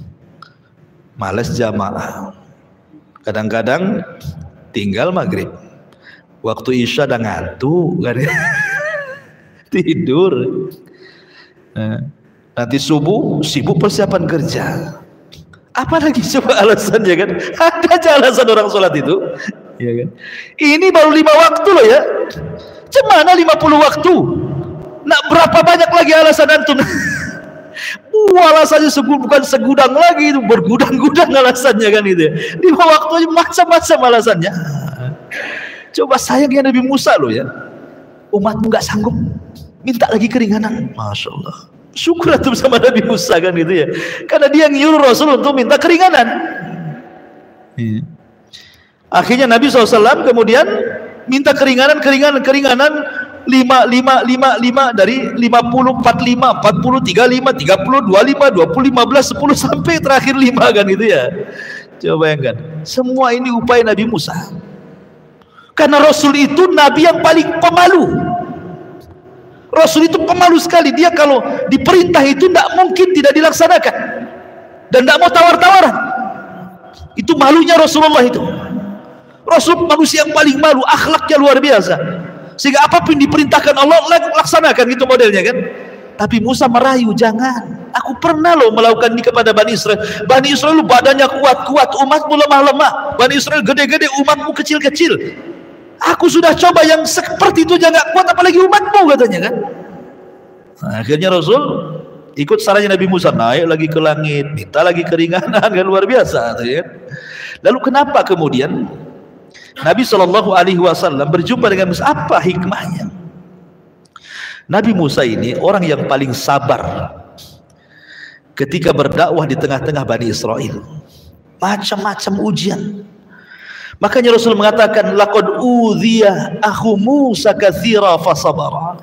males jamaah, kadang-kadang tinggal maghrib, waktu isya udah ngantuk, kan? Tidur. Nanti subuh sibuk persiapan kerja. Apa lagi coba alasannya, kan? Ada aja alasan orang sholat itu, ya kan? Ini baru 5 waktu loh ya. Cemana 50 waktu? Nak berapa banyak lagi alasan antum? Alasannya bukan segudang lagi, itu bergudang-gudang alasannya, kan itu. 5 waktu aja macam-macam alasannya. Coba sayangnya Nabi Musa loh ya. Umatmu nggak sanggup, minta lagi keringanan. Masya Allah. Syukur antum sama Nabi Musa, kan gitu ya. Karena dia nyuruh Rasul untuk minta keringanan. Akhirnya Nabi SAW kemudian minta keringanan 5 dari 50, 45, 40, 35, 30, 25, 20, 15, 10 sampai terakhir 5, kan gitu ya. Coba bayangkan, semua ini upaya Nabi Musa. Karena Rasul itu Nabi yang paling pemalu. Rasul itu pemalu sekali. Dia kalau diperintah itu tidak mungkin tidak dilaksanakan dan tidak mau tawar-tawaran. Itu malunya Rasulullah itu. Rasul manusia yang paling malu, akhlaknya luar biasa. Sehingga apapun diperintahkan Allah laksanakan, gitu modelnya, kan. Tapi Musa merayu, jangan. Aku pernah loh melakukan ini kepada Bani Israel. Bani Israel badannya kuat-kuat, umatmu lemah-lemah. Bani Israel gede-gede, umatmu kecil-kecil. Aku sudah coba yang seperti itu aja gak kuat, apalagi umatmu, katanya, kan. Nah, akhirnya Rasul ikut sarannya Nabi Musa, naik lagi ke langit, minta lagi keringanan, kan, luar biasa, kan. Lalu kenapa kemudian Nabi SAW berjumpa dengan Musa? Apa hikmahnya? Nabi Musa ini orang yang paling sabar ketika berdakwah di tengah-tengah Bani Israel. Macam-macam ujian. Makanya Rasul mengatakan, laqad udhiya akhu Musa katsira fasabara.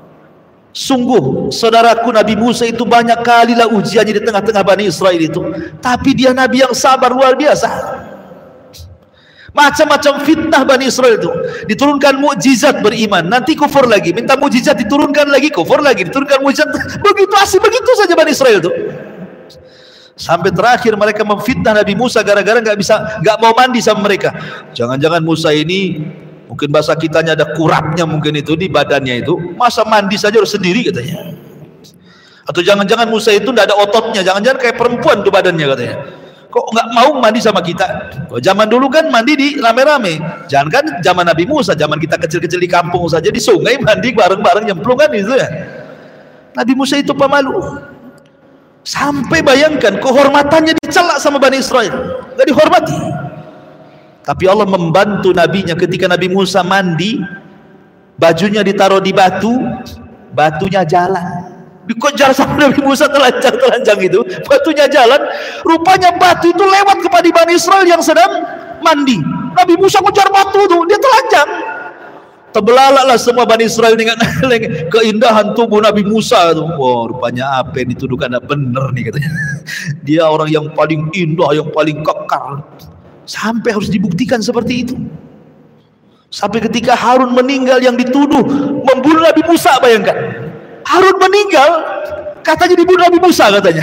Sungguh saudaraku Nabi Musa itu banyak kalilah ujiannya di tengah-tengah Bani Israel itu, tapi dia Nabi yang sabar luar biasa. Macam-macam fitnah Bani Israel itu. Diturunkan mukjizat beriman, nanti kufur lagi, minta mukjizat diturunkan lagi, kufur lagi, diturunkan mukjizat, begitu asik, begitu saja Bani Israel itu. Sampai terakhir mereka memfitnah Nabi Musa gara-gara nggak mau mandi sama mereka. Jangan-jangan Musa ini mungkin bahasa kitanya ada kurapnya, mungkin itu di badannya itu, masa mandi saja harus sendiri, katanya. Atau jangan-jangan Musa itu nggak ada ototnya, jangan-jangan kayak perempuan tuh badannya, katanya. Kok nggak mau mandi sama kita? Oh, zaman dulu kan mandi di rame-rame. Jangan kan zaman Nabi Musa, zaman kita kecil-kecil di kampung saja di sungai mandi bareng-bareng nyemplung, kan itu ya. Nabi Musa itu pemalu. Sampai bayangkan kehormatannya dicela sama Bani Israel, nggak dihormati. Tapi Allah membantu nabinya ketika Nabi Musa mandi, bajunya ditaruh di batu, batunya jalan. Dikejar sama Nabi Musa telanjang itu, batunya jalan. Rupanya batu itu lewat kepada Bani Israel yang sedang mandi. Nabi Musa kejar batu tuh, dia telanjang. Terbelalaklah semua Bani Israel dengan keindahan tubuh Nabi Musa itu. Wah, rupanya apa yang dituduhkan tidak benar nih katanya. Dia orang yang paling indah, yang paling kekar. Sampai harus dibuktikan seperti itu. Sampai ketika Harun meninggal yang dituduh membunuh Nabi Musa, bayangkan. Harun meninggal, katanya dibunuh Nabi Musa katanya.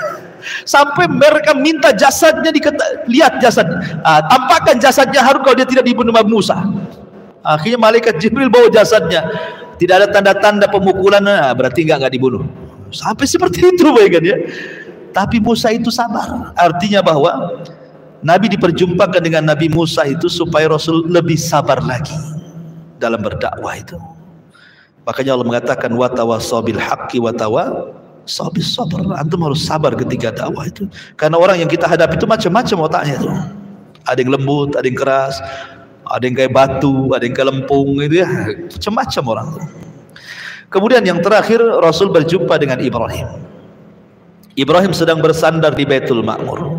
Sampai mereka minta jasadnya, lihat jasad, tampakkan jasadnya Harun kalau dia tidak dibunuh Nabi Musa. Akhirnya malaikat Jibril bawa jasadnya, tidak ada tanda-tanda pemukulan, berarti enggak dibunuh. Sampai seperti itu, bayangkan ya. Tapi Musa itu sabar. Artinya bahwa Nabi diperjumpakan dengan Nabi Musa itu supaya Rasul lebih sabar lagi dalam berdakwah itu. Makanya Allah mengatakan wa tawassaw bil haqqi wa tawassaw bis sabr. Antum harus sabar ketika dakwah itu. Karena orang yang kita hadapi itu macam-macam otaknya itu. Ada yang lembut, ada yang keras, ada yang kayak batu, ada yang kayak lempung gitu ya. Macam-macam orang. Kemudian yang terakhir Rasul berjumpa dengan Ibrahim. Ibrahim sedang bersandar di Baitul Ma'mur.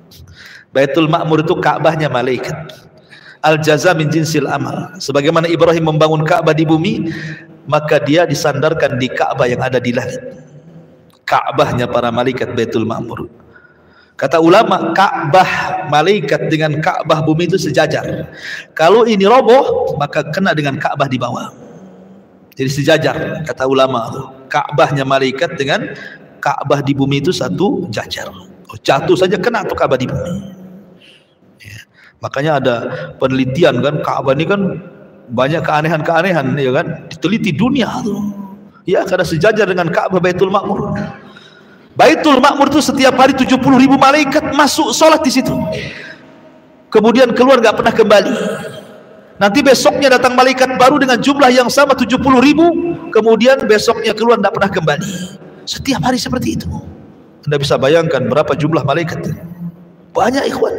Baitul Ma'mur itu Ka'bahnya malaikat. Al-jaza min jinsil amal. Sebagaimana Ibrahim membangun Ka'bah di bumi, maka dia disandarkan di Ka'bah yang ada di langit. Ka'bahnya para malaikat Baitul Ma'mur. Kata ulama, Ka'bah malaikat dengan Ka'bah bumi itu sejajar. Kalau ini roboh, maka kena dengan Ka'bah di bawah. Jadi sejajar, kata ulama. Ka'bahnya malaikat dengan Ka'bah di bumi itu satu jajar. Jatuh saja kena tuh Ka'bah di bumi. Ya. Makanya ada penelitian kan, Ka'bah ini kan banyak keanehan-keanehan, ya kan? Diteliti dunia tuh. Ya, karena sejajar dengan Ka'bah Baitul Ma'mur. Baitul Ma'mur itu setiap hari 70.000 malaikat masuk sholat di situ. Kemudian keluar nggak pernah kembali. Nanti besoknya datang malaikat baru dengan jumlah yang sama 70.000. Kemudian besoknya keluar nggak pernah kembali. Setiap hari seperti itu. Anda bisa bayangkan berapa jumlah malaikat. Banyak ikhwan.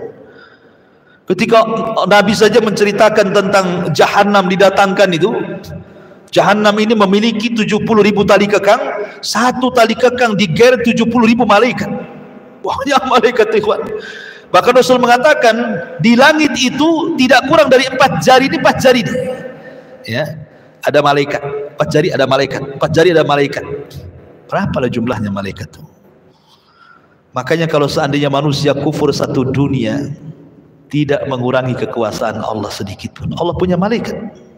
Ketika Nabi saja menceritakan tentang Jahannam didatangkan itu, Jahannam ini memiliki 70.000 tali kekang. Satu tali kekang digeret 70.000 malaikat. Banyak malaikat ikhwan. Bahkan Rasul mengatakan di langit itu tidak kurang dari 4 jari ini 4 jari ini. Ya, ada malaikat. 4 jari ada malaikat. 4 jari ada malaikat. Berapalah jumlahnya malaikat itu? Makanya kalau seandainya manusia kufur satu dunia, tidak mengurangi kekuasaan Allah sedikit pun. Allah punya malaikat.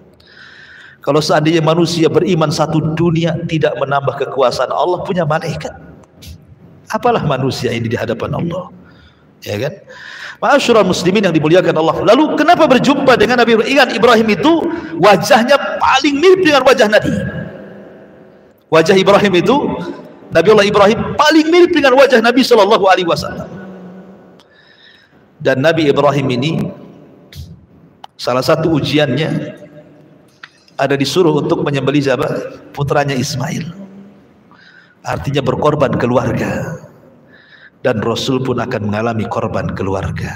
Kalau seandainya manusia beriman satu dunia, tidak menambah kekuasaan Allah, punya malaikat. Apalah manusia ini di hadapan Allah, ya kan? Ma'asyiral muslimin yang dimuliakan Allah. Lalu kenapa berjumpa dengan Nabi Ibrahim? Ingat, Ibrahim itu wajahnya paling mirip dengan wajah Nabi. Wajah Ibrahim itu, Nabiullah Ibrahim paling mirip dengan wajah Nabi SAW. Dan Nabi Ibrahim ini salah satu ujiannya ada disuruh untuk menyembelih siapa? Putranya Ismail. Artinya berkorban keluarga. Dan Rasul pun akan mengalami korban keluarga.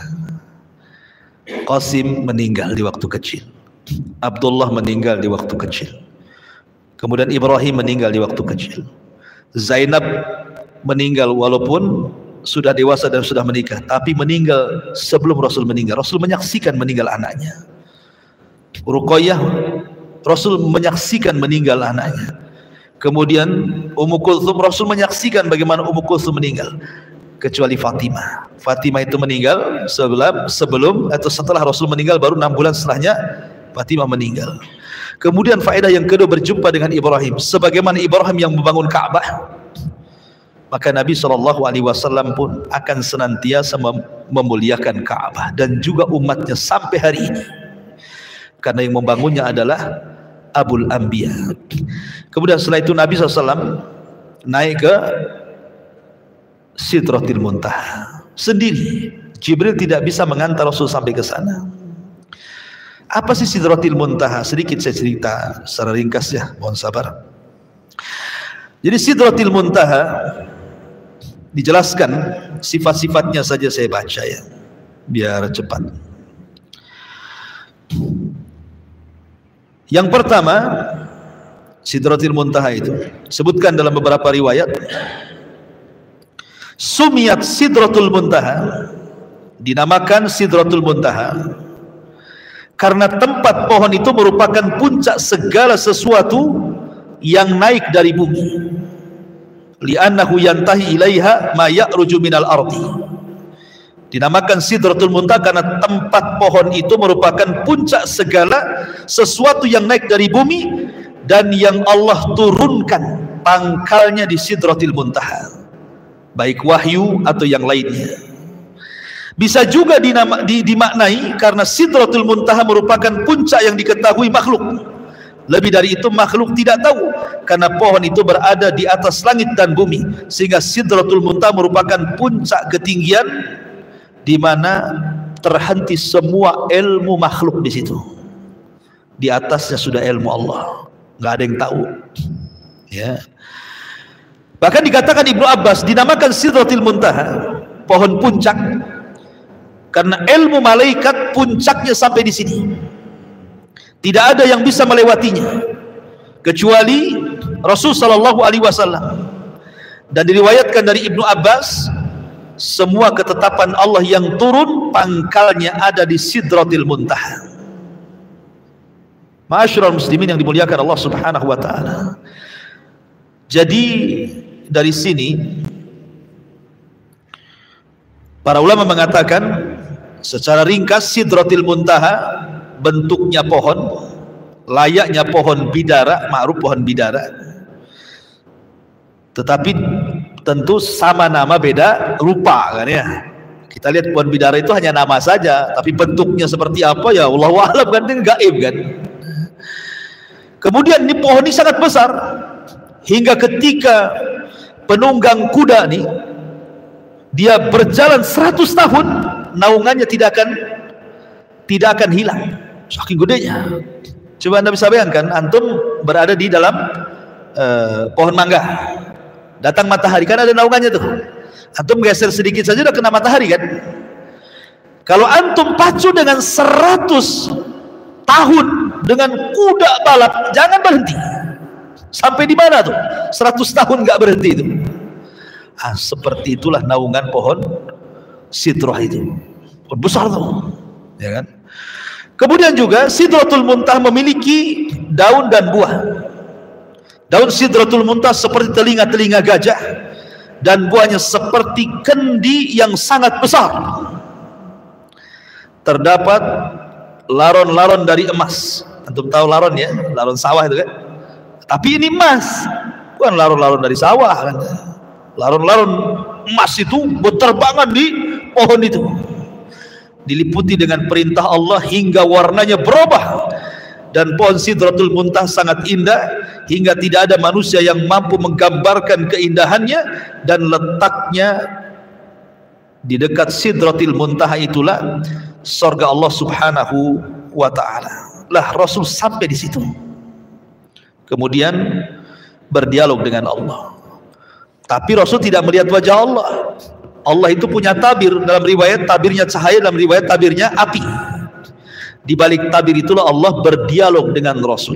Qasim meninggal di waktu kecil. Abdullah meninggal di waktu kecil. Kemudian Ibrahim meninggal di waktu kecil. Zainab meninggal walaupun sudah dewasa dan sudah menikah, tapi meninggal sebelum Rasul meninggal. Rasul menyaksikan meninggal anaknya. Ruqayyah, Rasul menyaksikan meninggal anaknya. Kemudian Ummu Kulthum, Rasul menyaksikan bagaimana Ummu Kulthum meninggal. Kecuali Fatimah. Fatimah itu meninggal sebelum atau setelah Rasul meninggal, baru 6 bulan setelahnya Fatimah meninggal. Kemudian faedah yang kedua, berjumpa dengan Ibrahim. Sebagaimana Ibrahim yang membangun Ka'bah, maka Nabi SAW pun akan senantiasa memuliakan Ka'bah dan juga umatnya sampai hari ini. Karena yang membangunnya adalah Abul Anbiya. Kemudian setelah itu Nabi SAW naik ke Sidratil Muntaha sendiri. Jibril tidak bisa mengantar Rasul sampai ke sana. Apa sih Sidratil Muntaha? Sedikit saya cerita secara ringkas ya, mohon sabar. Jadi Sidratil Muntaha dijelaskan sifat-sifatnya saja saya baca ya, biar cepat. Yang pertama, Sidratul Muntaha itu sebutkan dalam beberapa riwayat, Sumiyat Sidratul Muntaha, dinamakan Sidratul Muntaha karena tempat pohon itu merupakan puncak segala sesuatu yang naik dari bumi. Li'annahu yantahi ilaiha ma ya'ruju minal ardi. Dinamakan Sidratul Muntaha karena tempat pohon itu merupakan puncak segala sesuatu yang naik dari bumi dan yang Allah turunkan pangkalnya di Sidratul Muntaha, baik wahyu atau yang lainnya. Bisa juga dimaknai karena Sidratul Muntaha merupakan puncak yang diketahui makhluk. Lebih dari itu makhluk tidak tahu, karena pohon itu berada di atas langit dan bumi, sehingga Sidratul Muntaha merupakan puncak ketinggian di mana terhenti semua ilmu makhluk di situ. Di atasnya sudah ilmu Allah, nggak ada yang tahu. Ya. Bahkan dikatakan Ibnu Abbas dinamakan Sidratul Muntaha, pohon puncak, karena ilmu malaikat puncaknya sampai di sini. Tidak ada yang bisa melewatinya kecuali Rasul sallallahu alaihi wasallam. Dan diriwayatkan dari Ibnu Abbas, semua ketetapan Allah yang turun pangkalnya ada di Sidratul Muntaha. Ma'asyiral muslimin yang dimuliakan Allah Subhanahu wa taala. Jadi dari sini para ulama mengatakan secara ringkas, Sidratul Muntaha bentuknya pohon, layaknya pohon bidara, ma'ruf pohon bidara, tetapi tentu sama nama beda rupa kan ya. Kita lihat pohon bidara itu hanya nama saja, tapi bentuknya seperti apa ya Allahu a'lam kan, itu gaib kan. Kemudian ini pohon ini sangat besar, hingga ketika penunggang kuda nih dia berjalan 100 tahun, naungannya tidak akan hilang, saking gedenya. Coba Anda bisa bayangkan, antum berada di dalam pohon mangga, datang matahari, kan ada naungannya tuh, antum geser sedikit saja udah kena matahari kan. Kalau antum pacu dengan 100 tahun dengan kuda balap, jangan berhenti. Sampai di mana tuh? 100 tahun nggak berhenti itu. Seperti itulah naungan pohon Sidrah itu, pohon besar tuh, ya kan. Kemudian juga Sidratul Muntaha memiliki daun dan buah. Daun Sidratul Muntaha seperti telinga-telinga gajah, dan buahnya seperti kendi yang sangat besar. Terdapat laron-laron dari emas. Antum tahu laron ya, laron sawah itu kan. Tapi ini emas, bukan laron-laron dari sawah kan. Laron-laron emas itu berterbangan di pohon itu, diliputi dengan perintah Allah hingga warnanya berubah. Dan pohon Sidratul Muntaha sangat indah hingga tidak ada manusia yang mampu menggambarkan keindahannya. Dan letaknya di dekat Sidratul Muntaha itulah surga Allah Subhanahu wa ta'ala. Lah Rasul sampai di situ, kemudian berdialog dengan Allah. Tapi Rasul tidak melihat wajah Allah. Allah itu punya tabir, dalam riwayat tabirnya cahaya, dalam riwayat tabirnya api. Di balik tabir itulah Allah berdialog dengan Rasul.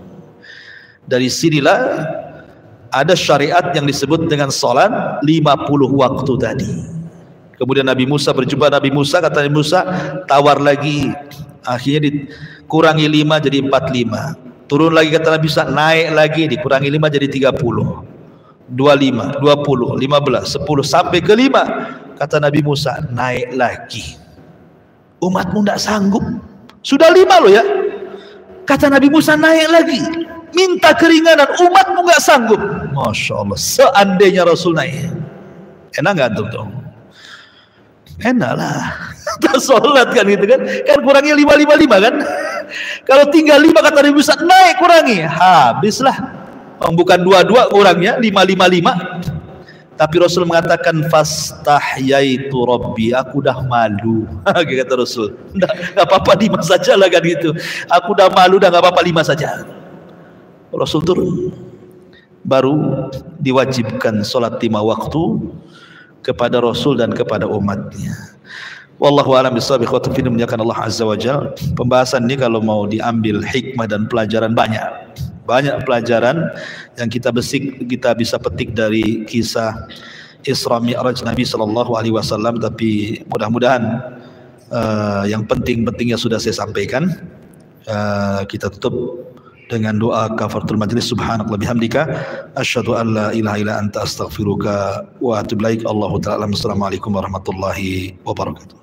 Dari sinilah ada syariat yang disebut dengan salat 50 waktu tadi. Kemudian Nabi Musa berjumpa Nabi Musa, kata Nabi Musa, tawar lagi. Akhirnya dikurangi 5 jadi 45. Turun lagi kata Nabi Musa, naik lagi, dikurangi 5 jadi 30. 25, 20, 15, 10 sampai ke 5. Kata Nabi Musa, naik lagi. Umatmu tidak sanggup. Sudah 5 loh ya. Kata Nabi Musa, naik lagi. Minta keringanan, umatmu nggak sanggup. Masya Allah, seandainya Rasul naik, enak nggak tuh? Enak lah. Kita sholat kan gitu kan. Kan kurangnya 5, kan. Kalau tinggal 5 kata Nabi Musa, naik kurangi. Habislah. Bukan 22 kurangnya 5. Tapi Rasul mengatakan fastahyaitu rabbi, aku dah malu. Kata Rasul, nggak apa-apa 5 saja lah kan gitu. Aku dah malu, dah nggak apa-apa 5 saja. Rasul turun, baru diwajibkan sholat 5 waktu kepada Rasul dan kepada umatnya. Wallahu a'lam bishawab. Ikhwatu fillah muliakan Allah azza wajalla. Pembahasan ini kalau mau diambil hikmah dan pelajaran banyak pelajaran yang kita bisa petik dari kisah Isra Mi'raj Nabi sallallahu alaihi wasallam, tapi mudah-mudahan yang penting-pentingnya sudah saya sampaikan. Kita tutup dengan doa kafaratul majlis. Subhanakallah bihamdika asyhadu an la ilaha illa anta astaghfiruka wa atubu ilaik. Allahu ta'ala. Assalamualaikum warahmatullahi wabarakatuh.